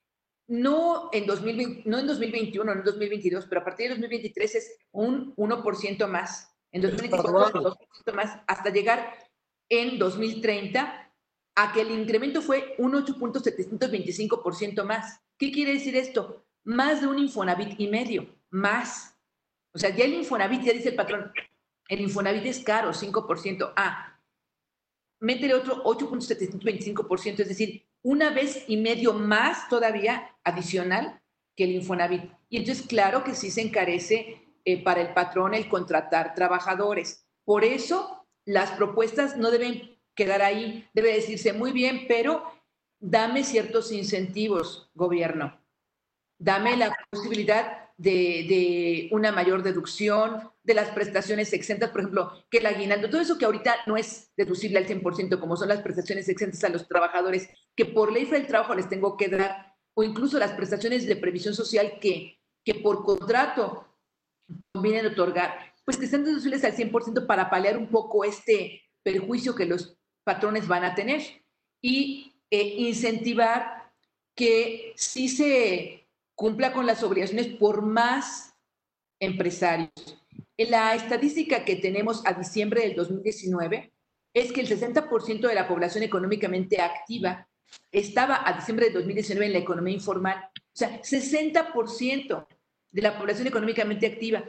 no en, dos mil veinte, no en dos mil veintiuno, no en dos mil veintidós, pero a partir de dos mil veintitrés es un uno por ciento más, en dos mil veinticuatro dos por ciento más, hasta llegar en dos mil treinta a que el incremento fue un ocho punto setecientos veinticinco por ciento más. ¿Qué quiere decir esto? Más de un Infonavit y medio, más. O sea, ya el Infonavit, ya dice el patrón, el Infonavit es caro, cinco por ciento. Ah, métele otro ocho punto setecientos veinticinco por ciento, es decir, una vez y medio más todavía adicional que el Infonavit. Y entonces, claro que sí se encarece eh, para el patrón el contratar trabajadores. Por eso, las propuestas no deben quedar ahí, debe decirse muy bien, pero dame ciertos incentivos, gobierno. Dame la posibilidad de, de una mayor deducción, de las prestaciones exentas, por ejemplo, que el aguinaldo, todo eso que ahorita no es deducible al cien por ciento, como son las prestaciones exentas a los trabajadores, que por ley del trabajo les tengo que dar, o incluso las prestaciones de previsión social que, que por contrato convienen otorgar, pues que sean deducibles al cien por ciento para paliar un poco este perjuicio que los patrones van a tener y eh, incentivar que sí se cumpla con las obligaciones por más empresarios. En la estadística que tenemos a diciembre del dos mil diecinueve es que el sesenta por ciento de la población económicamente activa estaba a diciembre del dos mil diecinueve en la economía informal. O sea, sesenta por ciento de la población económicamente activa.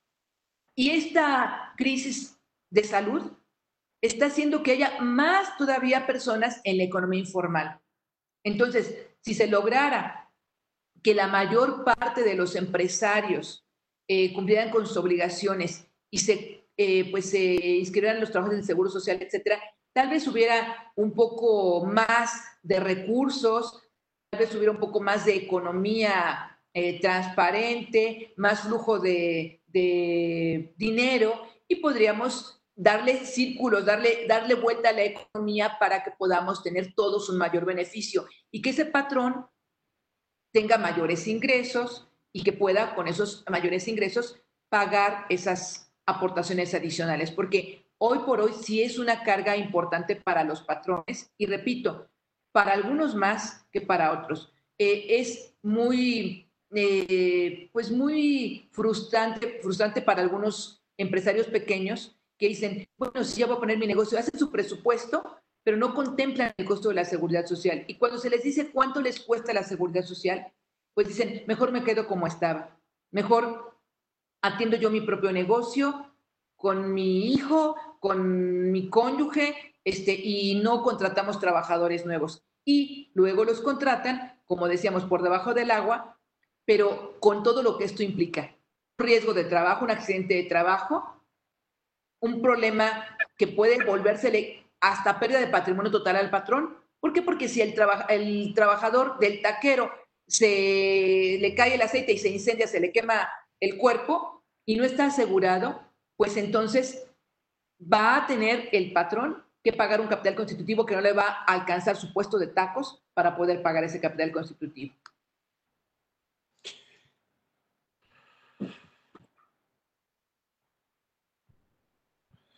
Y esta crisis de salud está haciendo que haya más todavía personas en la economía informal. Entonces, si se lograra que la mayor parte de los empresarios eh, cumplieran con sus obligaciones y se, eh, pues, se inscribieran en los trabajos del Seguro Social, etcétera, tal vez hubiera un poco más de recursos, tal vez hubiera un poco más de economía eh, transparente, más flujo de, de dinero y podríamos darle círculos, darle, darle vuelta a la economía para que podamos tener todos un mayor beneficio y que ese patrón tenga mayores ingresos y que pueda con esos mayores ingresos pagar esas aportaciones adicionales, porque hoy por hoy sí es una carga importante para los patrones y repito, para algunos más que para otros. Eh, es muy, eh, pues muy frustrante, frustrante para algunos empresarios pequeños que dicen, bueno, si ya voy a poner mi negocio, hacen su presupuesto, pero no contemplan el costo de la seguridad social. Y cuando se les dice cuánto les cuesta la seguridad social, pues dicen, mejor me quedo como estaba, mejor atiendo yo mi propio negocio con mi hijo, con mi cónyuge, este, y no contratamos trabajadores nuevos. Y luego los contratan, como decíamos, por debajo del agua, pero con todo lo que esto implica. Un riesgo de trabajo, un accidente de trabajo, un problema que puede volvérsele hasta pérdida de patrimonio total al patrón. ¿Por qué? Porque si el, traba, el trabajador del taquero se le cae el aceite y se incendia, se le quema el cuerpo y no está asegurado, pues entonces va a tener el patrón que pagar un capital constitutivo que no le va a alcanzar su puesto de tacos para poder pagar ese capital constitutivo.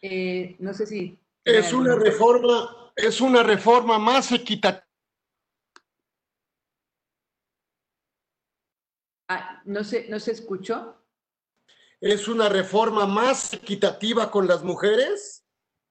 Eh, no sé si tienen Es una alguna. reforma, es una reforma más equitativa. Ah, no se, no se escuchó. ¿Es una reforma más equitativa con las mujeres?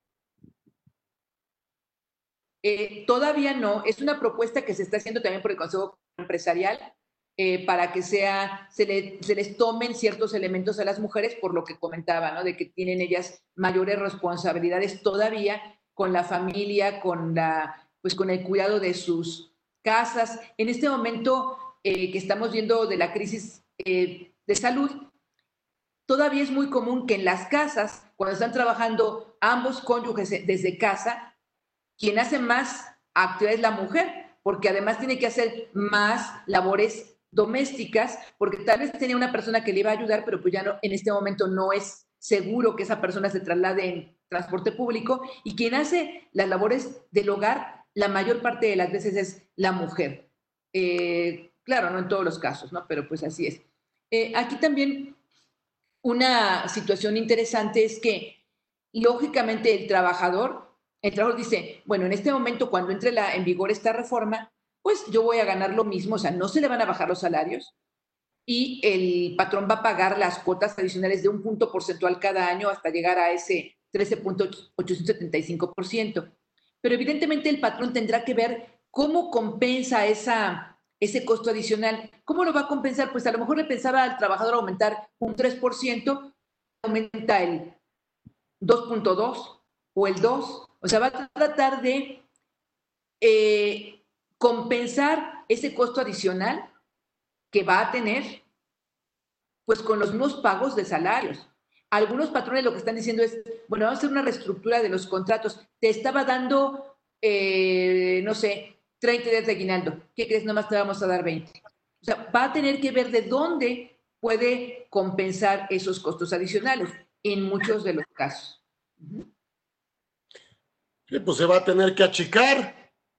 Eh, todavía no, es una propuesta que se está haciendo también por el Consejo Empresarial eh, para que sea, se, le, se les tomen ciertos elementos a las mujeres, por lo que comentaba, ¿no? De que tienen ellas mayores responsabilidades todavía con la familia, con, la, pues con el cuidado de sus casas. En este momento eh, que estamos viendo de la crisis eh, de salud, todavía es muy común que en las casas, cuando están trabajando ambos cónyuges desde casa, quien hace más actividad es la mujer, porque además tiene que hacer más labores domésticas, porque tal vez tenía una persona que le iba a ayudar, pero pues ya no, en este momento no es seguro que esa persona se traslade en transporte público, y quien hace las labores del hogar, la mayor parte de las veces es la mujer. Eh, claro, no en todos los casos, ¿no? Pero pues así es. Eh, aquí también una situación interesante es que, lógicamente, el trabajador, el trabajador dice, bueno, en este momento, cuando entre la, en vigor esta reforma, pues yo voy a ganar lo mismo, o sea, no se le van a bajar los salarios y el patrón va a pagar las cuotas adicionales de un punto porcentual cada año hasta llegar a ese trece punto ochocientos setenta y cinco por ciento. Pero evidentemente el patrón tendrá que ver cómo compensa esa, ese costo adicional. ¿Cómo lo va a compensar? Pues a lo mejor le pensaba al trabajador aumentar un tres por ciento, aumenta el dos punto dos o el dos. O sea, va a tratar de eh, compensar ese costo adicional que va a tener, pues con los mismos pagos de salarios. Algunos patrones lo que están diciendo es, bueno, vamos a hacer una reestructura de los contratos. Te estaba dando, eh, no sé, treinta días de aguinaldo. ¿Qué crees? Nomás te vamos a dar veinte. O sea, va a tener que ver de dónde puede compensar esos costos adicionales en muchos de los casos. Sí, pues se va a tener que achicar.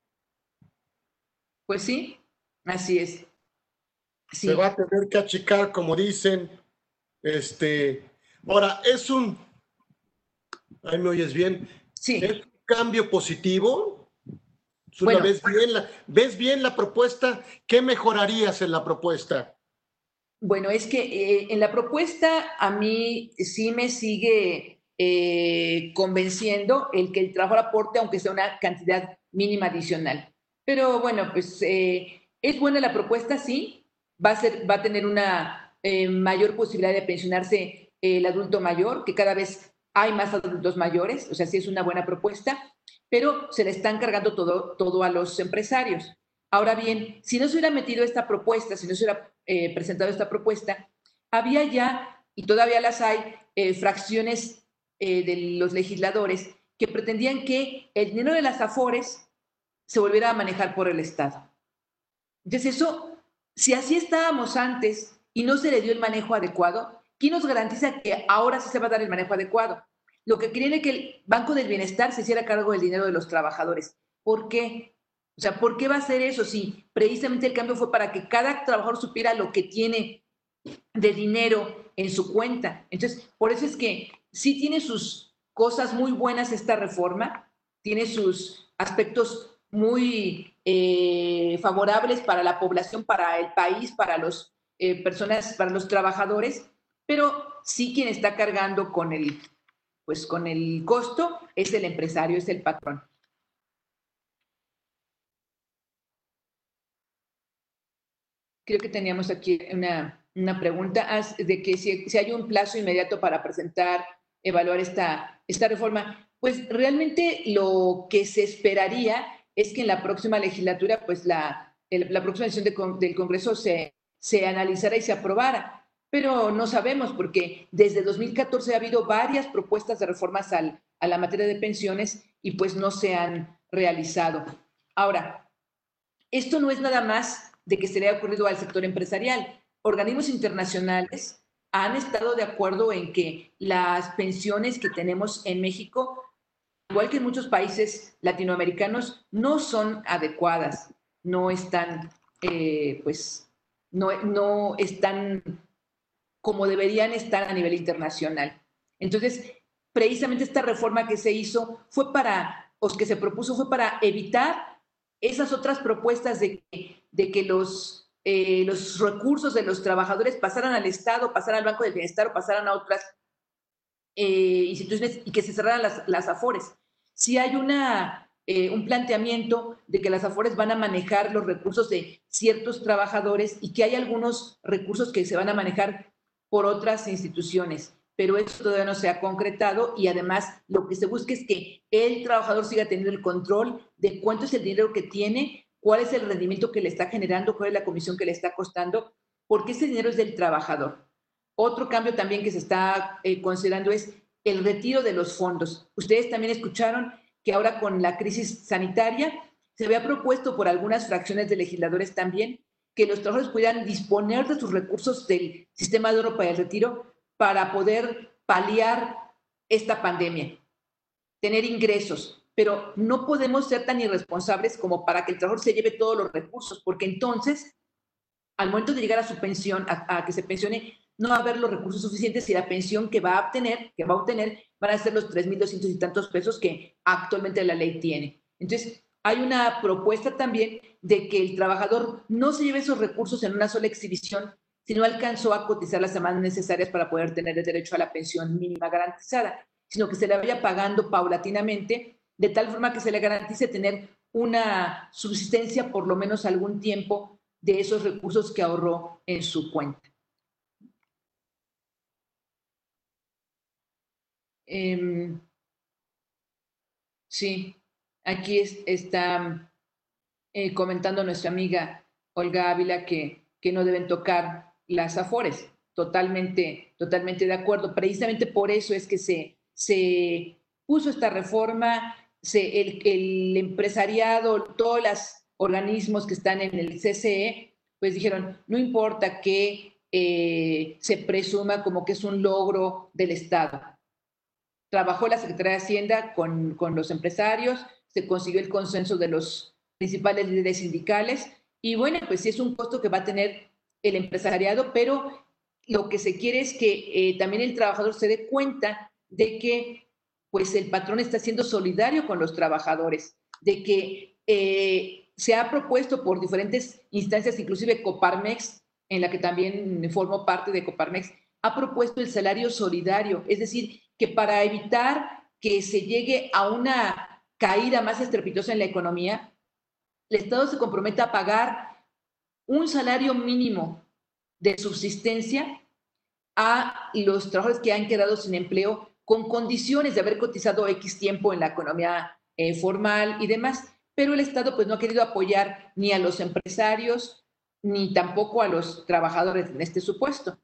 Pues sí, así es. Se va Sí, a tener que achicar, como dicen. Este, ahora, es un, ahí me oyes bien, es sí. un cambio positivo. ¿Tú la Bueno, ves bien la, ves bien la propuesta? ¿Qué mejorarías en la propuesta? Bueno, es que eh, en la propuesta a mí sí me sigue eh, convenciendo el que el trabajador aporte, aunque sea una cantidad mínima adicional. Pero bueno, pues eh, es buena la propuesta, sí. Va a ser, va a tener una eh, mayor posibilidad de pensionarse eh, el adulto mayor, que cada vez hay más adultos mayores, o sea, sí es una buena propuesta, pero se le están cargando todo, todo a los empresarios. Ahora bien, si no se hubiera metido esta propuesta, si no se hubiera eh, presentado esta propuesta, había ya, y todavía las hay, eh, fracciones eh, de los legisladores que pretendían que el dinero de las AFORES se volviera a manejar por el Estado. Entonces eso, si así estábamos antes y no se le dio el manejo adecuado, ¿quién nos garantiza que ahora sí se va a dar el manejo adecuado? Lo que querían es que el Banco del Bienestar se hiciera cargo del dinero de los trabajadores. ¿Por qué? O sea, ¿por qué va a hacer eso si precisamente el cambio fue para que cada trabajador supiera lo que tiene de dinero en su cuenta? Entonces, por eso es que sí tiene sus cosas muy buenas esta reforma, tiene sus aspectos muy eh, favorables para la población, para el país, para las eh, personas, para los trabajadores, pero sí quien está cargando con el, pues, con el costo es el empresario, es el patrón. Creo que teníamos aquí una, una pregunta de que si, si, hay un plazo inmediato para presentar, evaluar esta, esta reforma. Pues realmente lo que se esperaría es que en la próxima legislatura, pues la, el, la próxima sesión de, del Congreso se, se analizara y se aprobara. Pero no sabemos porque desde dos mil catorce ha habido varias propuestas de reformas al, a la materia de pensiones y pues no se han realizado. Ahora, esto no es nada más de que se le haya ocurrido al sector empresarial. Organismos internacionales han estado de acuerdo en que las pensiones que tenemos en México, igual que en muchos países latinoamericanos, no son adecuadas, no están, eh, pues, no, no están como deberían estar a nivel internacional. Entonces, precisamente esta reforma que se hizo fue para, o que se propuso fue para evitar esas otras propuestas de que, de que los, eh, los recursos de los trabajadores pasaran al Estado, pasaran al Banco del Bienestar o pasaran a otras eh, instituciones y que se cerraran las, las AFORES. Si hay una, eh, un planteamiento de que las AFORES van a manejar los recursos de ciertos trabajadores y que hay algunos recursos que se van a manejar por otras instituciones, pero eso todavía no se ha concretado y además lo que se busca es que el trabajador siga teniendo el control de cuánto es el dinero que tiene, cuál es el rendimiento que le está generando, cuál es la comisión que le está costando, porque ese dinero es del trabajador. Otro cambio también que se está eh, considerando es el retiro de los fondos. Ustedes también escucharon que ahora con la crisis sanitaria se había propuesto por algunas fracciones de legisladores también que los trabajadores pudieran disponer de sus recursos del sistema de ahorro para el retiro para poder paliar esta pandemia, tener ingresos, pero no podemos ser tan irresponsables como para que el trabajador se lleve todos los recursos, porque entonces, al momento de llegar a su pensión, a, a que se pensione, no va a haber los recursos suficientes y la pensión que va a obtener, que va a obtener, van a ser los tres mil doscientos y tantos pesos que actualmente la ley tiene. Entonces, hay una propuesta también de que el trabajador no se lleve esos recursos en una sola exhibición, si no alcanzó a cotizar las semanas necesarias para poder tener el derecho a la pensión mínima garantizada, sino que se le vaya pagando paulatinamente, de tal forma que se le garantice tener una subsistencia por lo menos algún tiempo de esos recursos que ahorró en su cuenta. Eh, sí, aquí es, está eh, comentando nuestra amiga Olga Ávila que, que no deben tocar las AFORES. Totalmente, totalmente de acuerdo. Precisamente por eso es que se, se puso esta reforma, se, el, el empresariado, todos los organismos que están en el C C E, pues dijeron, no importa que eh, se presuma como que es un logro del Estado. Trabajó la Secretaría de Hacienda con, con los empresarios, se consiguió el consenso de los principales líderes sindicales y bueno, pues sí es un costo que va a tener el empresariado, pero lo que se quiere es que eh, también el trabajador se dé cuenta de que pues el patrón está siendo solidario con los trabajadores, de que eh, se ha propuesto por diferentes instancias, inclusive Coparmex, en la que también formo parte de Coparmex, ha propuesto el salario solidario, es decir, que para evitar que se llegue a una caída más estrepitosa en la economía, el Estado se compromete a pagar un salario mínimo de subsistencia a los trabajadores que han quedado sin empleo con condiciones de haber cotizado X tiempo en la economía eh, formal y demás, pero el Estado pues no ha querido apoyar ni a los empresarios ni tampoco a los trabajadores en este supuesto.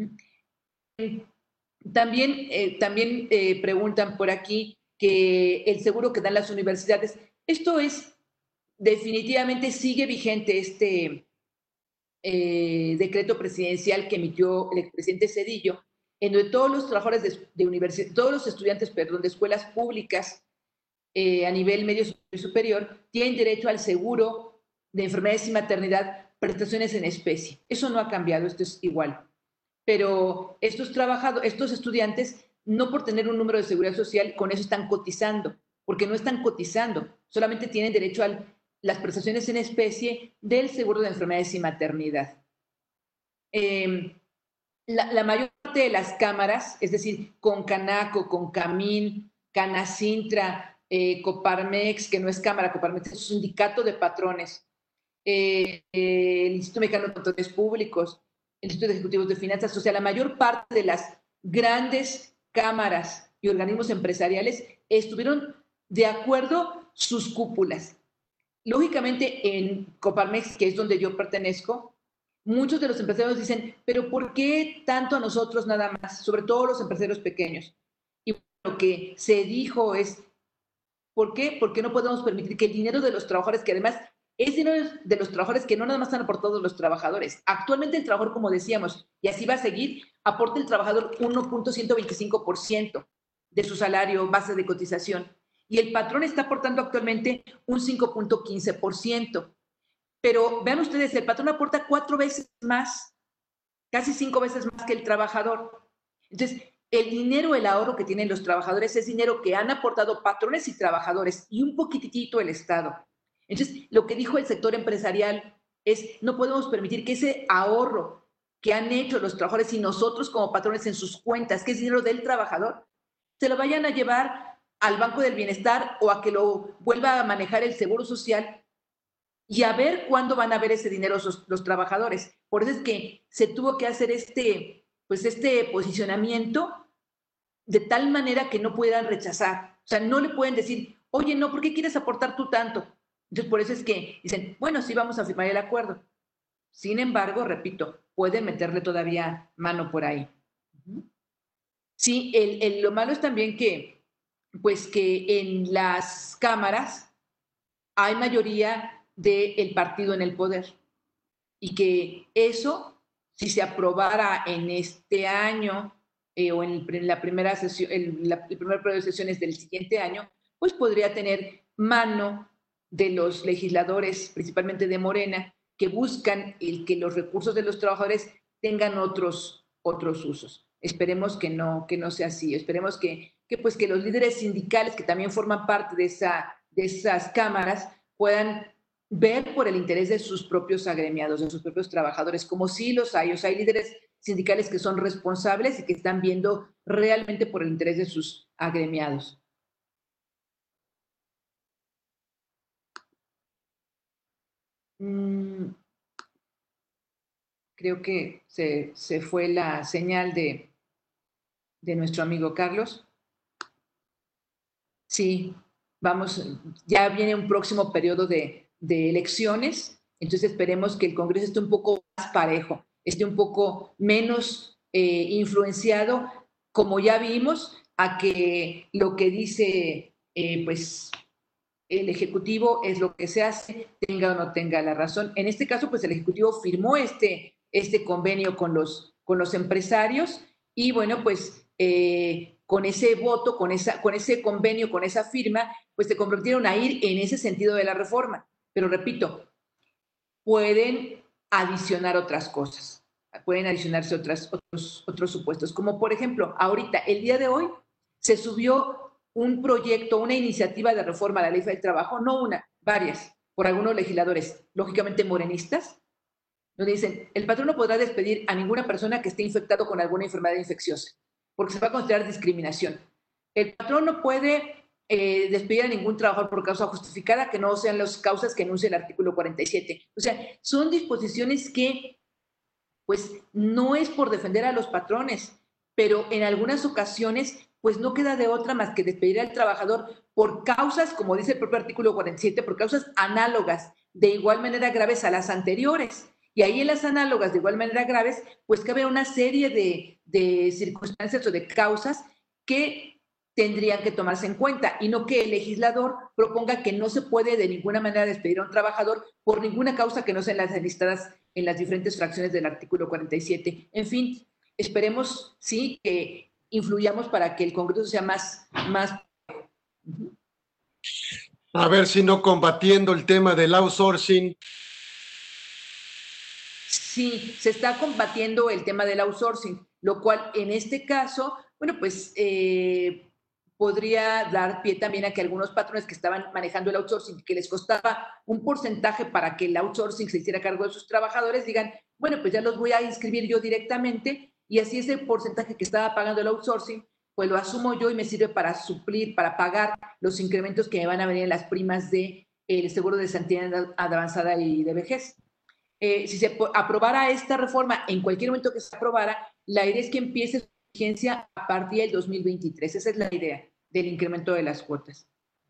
También, eh, también eh, preguntan por aquí que el seguro que dan las universidades, esto es, definitivamente sigue vigente este eh, decreto presidencial que emitió el expresidente Zedillo, en donde todos los trabajadores de, de universidad, todos los estudiantes, perdón, de escuelas públicas eh, a nivel medio superior tienen derecho al seguro de enfermedades y maternidad, prestaciones en especie. Eso no ha cambiado, esto es igual. Pero estos trabajadores, estos estudiantes, no por tener un número de seguridad social, con eso están cotizando, porque no están cotizando, solamente tienen derecho a las prestaciones en especie del seguro de enfermedades y maternidad. Eh, la, la mayor parte de las cámaras, es decir, Concanaco, Concamín, Canacintra, eh, Coparmex, que no es cámara, Coparmex es un sindicato de patrones, eh, eh, el Instituto Mexicano de Contadores Públicos, el Instituto de Ejecutivos de Finanzas, o sea, la mayor parte de las grandes cámaras y organismos empresariales estuvieron de acuerdo sus cúpulas. Lógicamente, en Coparmex, que es donde yo pertenezco, muchos de los empresarios dicen, pero ¿por qué tanto a nosotros nada más? Sobre todo los empresarios pequeños. Y lo que se dijo es, ¿por qué? Porque no podemos permitir que el dinero de los trabajadores, que además es dinero de los trabajadores que no nada más están aportados los trabajadores. Actualmente el trabajador, como decíamos, y así va a seguir, aporta el trabajador uno punto ciento veinticinco por ciento de su salario base de cotización. Y el patrón está aportando actualmente un cinco punto quince por ciento. Pero vean ustedes, el patrón aporta cuatro veces más, casi cinco veces más que el trabajador. Entonces, el dinero, el ahorro que tienen los trabajadores es dinero que han aportado patrones y trabajadores y un poquitito el Estado. Entonces, lo que dijo el sector empresarial es, no podemos permitir que ese ahorro que han hecho los trabajadores y nosotros como patrones en sus cuentas, que es dinero del trabajador, se lo vayan a llevar al Banco del Bienestar o a que lo vuelva a manejar el Seguro Social y a ver cuándo van a ver ese dinero los, los trabajadores. Por eso es que se tuvo que hacer este, pues este posicionamiento de tal manera que no puedan rechazar. O sea, no le pueden decir, oye, no, ¿por qué quieres aportar tú tanto? Entonces, por eso es que dicen, bueno, sí, vamos a firmar el acuerdo. Sin embargo, repito, pueden meterle todavía mano por ahí. Sí, el, el, lo malo es también que, pues que en las cámaras hay mayoría del partido en el poder y que eso, si se aprobara en este año eh, o en, el, en la primera sesión, el, la, el primer periodo de sesiones del siguiente año, pues podría tener mano de los legisladores, principalmente de Morena, que buscan el que los recursos de los trabajadores tengan otros, otros usos. Esperemos que no, que no sea así. Esperemos que, que, pues, que los líderes sindicales, que también forman parte de, esa, de esas cámaras, puedan ver por el interés de sus propios agremiados, de sus propios trabajadores, como sí los hay. O sea, hay líderes sindicales que son responsables y que están viendo realmente por el interés de sus agremiados. Mm, creo que se, se fue la señal de, de nuestro amigo Carlos. Sí, vamos, ya viene un próximo periodo de, de elecciones, entonces esperemos que el Congreso esté un poco más parejo, esté un poco menos eh, influenciado, como ya vimos, a que lo que dice eh, pues el Ejecutivo es lo que se hace, tenga o no tenga la razón. En este caso, pues el Ejecutivo firmó este, este convenio con los, con los empresarios y bueno, pues eh, con ese voto, con, esa, con ese convenio, con esa firma, pues se comprometieron a ir en ese sentido de la reforma. Pero repito, pueden adicionar otras cosas, pueden adicionarse otras, otros, otros supuestos, como por ejemplo, ahorita, el día de hoy, se subió un proyecto, una iniciativa de reforma a la ley del trabajo, no una, varias, por algunos legisladores, lógicamente morenistas, donde dicen, el patrón no podrá despedir a ninguna persona que esté infectado con alguna enfermedad infecciosa, porque se va a considerar discriminación. El patrón no puede eh, despedir a ningún trabajador por causa justificada que no sean las causas que enuncia el artículo cuarenta y siete. O sea, son disposiciones que, pues, no es por defender a los patrones, pero en algunas ocasiones, pues no queda de otra más que despedir al trabajador por causas, como dice el propio artículo cuarenta y siete, por causas análogas, de igual manera graves a las anteriores. Y ahí en las análogas de igual manera graves, pues cabe una serie de, de circunstancias o de causas que tendrían que tomarse en cuenta y no que el legislador proponga que no se puede de ninguna manera despedir a un trabajador por ninguna causa que no sean las listadas en las diferentes fracciones del artículo cuarenta y siete. En fin, esperemos, sí, que influyamos para que el Congreso sea más... más... A ver si no combatiendo el tema del outsourcing. Sí, se está combatiendo el tema del outsourcing, lo cual en este caso, bueno, pues eh, podría dar pie también a que algunos patrones que estaban manejando el outsourcing, que les costaba un porcentaje para que el outsourcing se hiciera cargo de sus trabajadores, digan, bueno, pues ya los voy a inscribir yo directamente y así ese porcentaje que estaba pagando el outsourcing, pues lo asumo yo y me sirve para suplir, para pagar los incrementos que me van a venir en las primas del de, seguro de santidad avanzada y de vejez. Eh, si se aprobara esta reforma en cualquier momento que se aprobara, la idea es que empiece su vigencia a partir del dos mil veintitrés. Esa es la idea del incremento de las cuotas.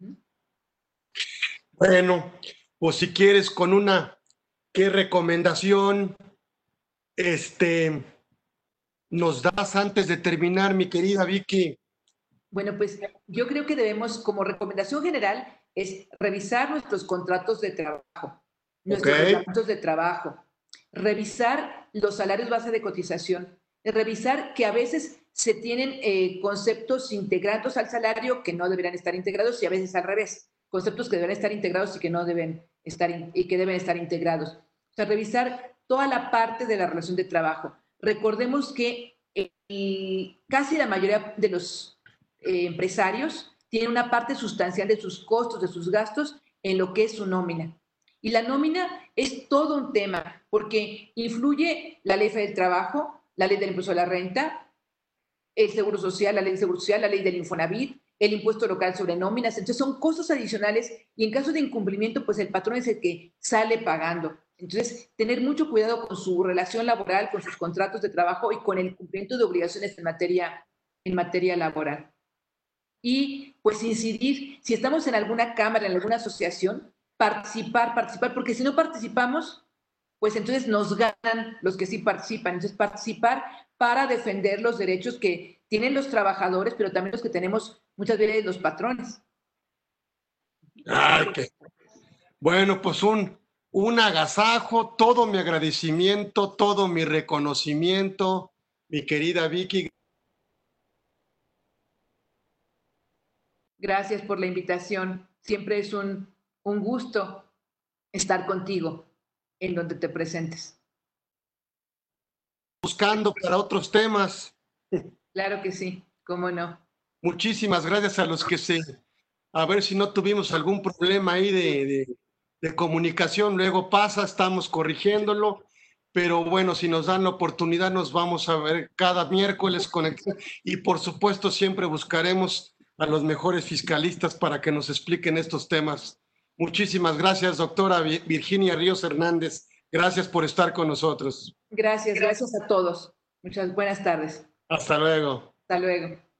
Bueno, pues si quieres con una, ¿qué recomendación este, nos das antes de terminar, mi querida Vicky? Bueno, pues yo creo que debemos, como recomendación general, es revisar nuestros contratos de trabajo, nuestros okay. reglamentos de trabajo, revisar los salarios base de cotización, revisar que a veces se tienen eh, conceptos integrados al salario que no deberían estar integrados y a veces al revés, conceptos que deben estar integrados y que no deben estar, y que deben estar integrados. O sea, revisar toda la parte de la relación de trabajo. Recordemos que y casi la mayoría de los eh, empresarios tienen una parte sustancial de sus costos, de sus gastos, en lo que es su nómina. Y la nómina es todo un tema, porque influye la ley del trabajo, la ley del impuesto a la renta, el seguro social, la ley del seguro social, la ley del Infonavit, el impuesto local sobre nóminas. Entonces son costos adicionales y en caso de incumplimiento, pues el patrón es el que sale pagando. Entonces, tener mucho cuidado con su relación laboral, con sus contratos de trabajo y con el cumplimiento de obligaciones en materia, en materia laboral. Y pues incidir, si estamos en alguna cámara, en alguna asociación, participar, participar, porque si no participamos, pues entonces nos ganan los que sí participan. Entonces, participar para defender los derechos que tienen los trabajadores, pero también los que tenemos muchas veces los patrones. Ay, qué. Bueno, pues un, un agasajo, todo mi agradecimiento, todo mi reconocimiento, mi querida Vicky. Gracias por la invitación. Siempre es un, un gusto estar contigo en donde te presentes. Buscando para otros temas. Claro que sí, cómo no. Muchísimas gracias a los que se, a ver si no tuvimos algún problema ahí de, de, de comunicación, luego pasa, estamos corrigiéndolo, pero bueno, si nos dan la oportunidad nos vamos a ver cada miércoles conectar y por supuesto siempre buscaremos a los mejores fiscalistas para que nos expliquen estos temas. Muchísimas gracias, doctora Virginia Ríos Hernández. Gracias por estar con nosotros. Gracias, gracias a todos. Muchas buenas tardes. Hasta luego. Hasta luego.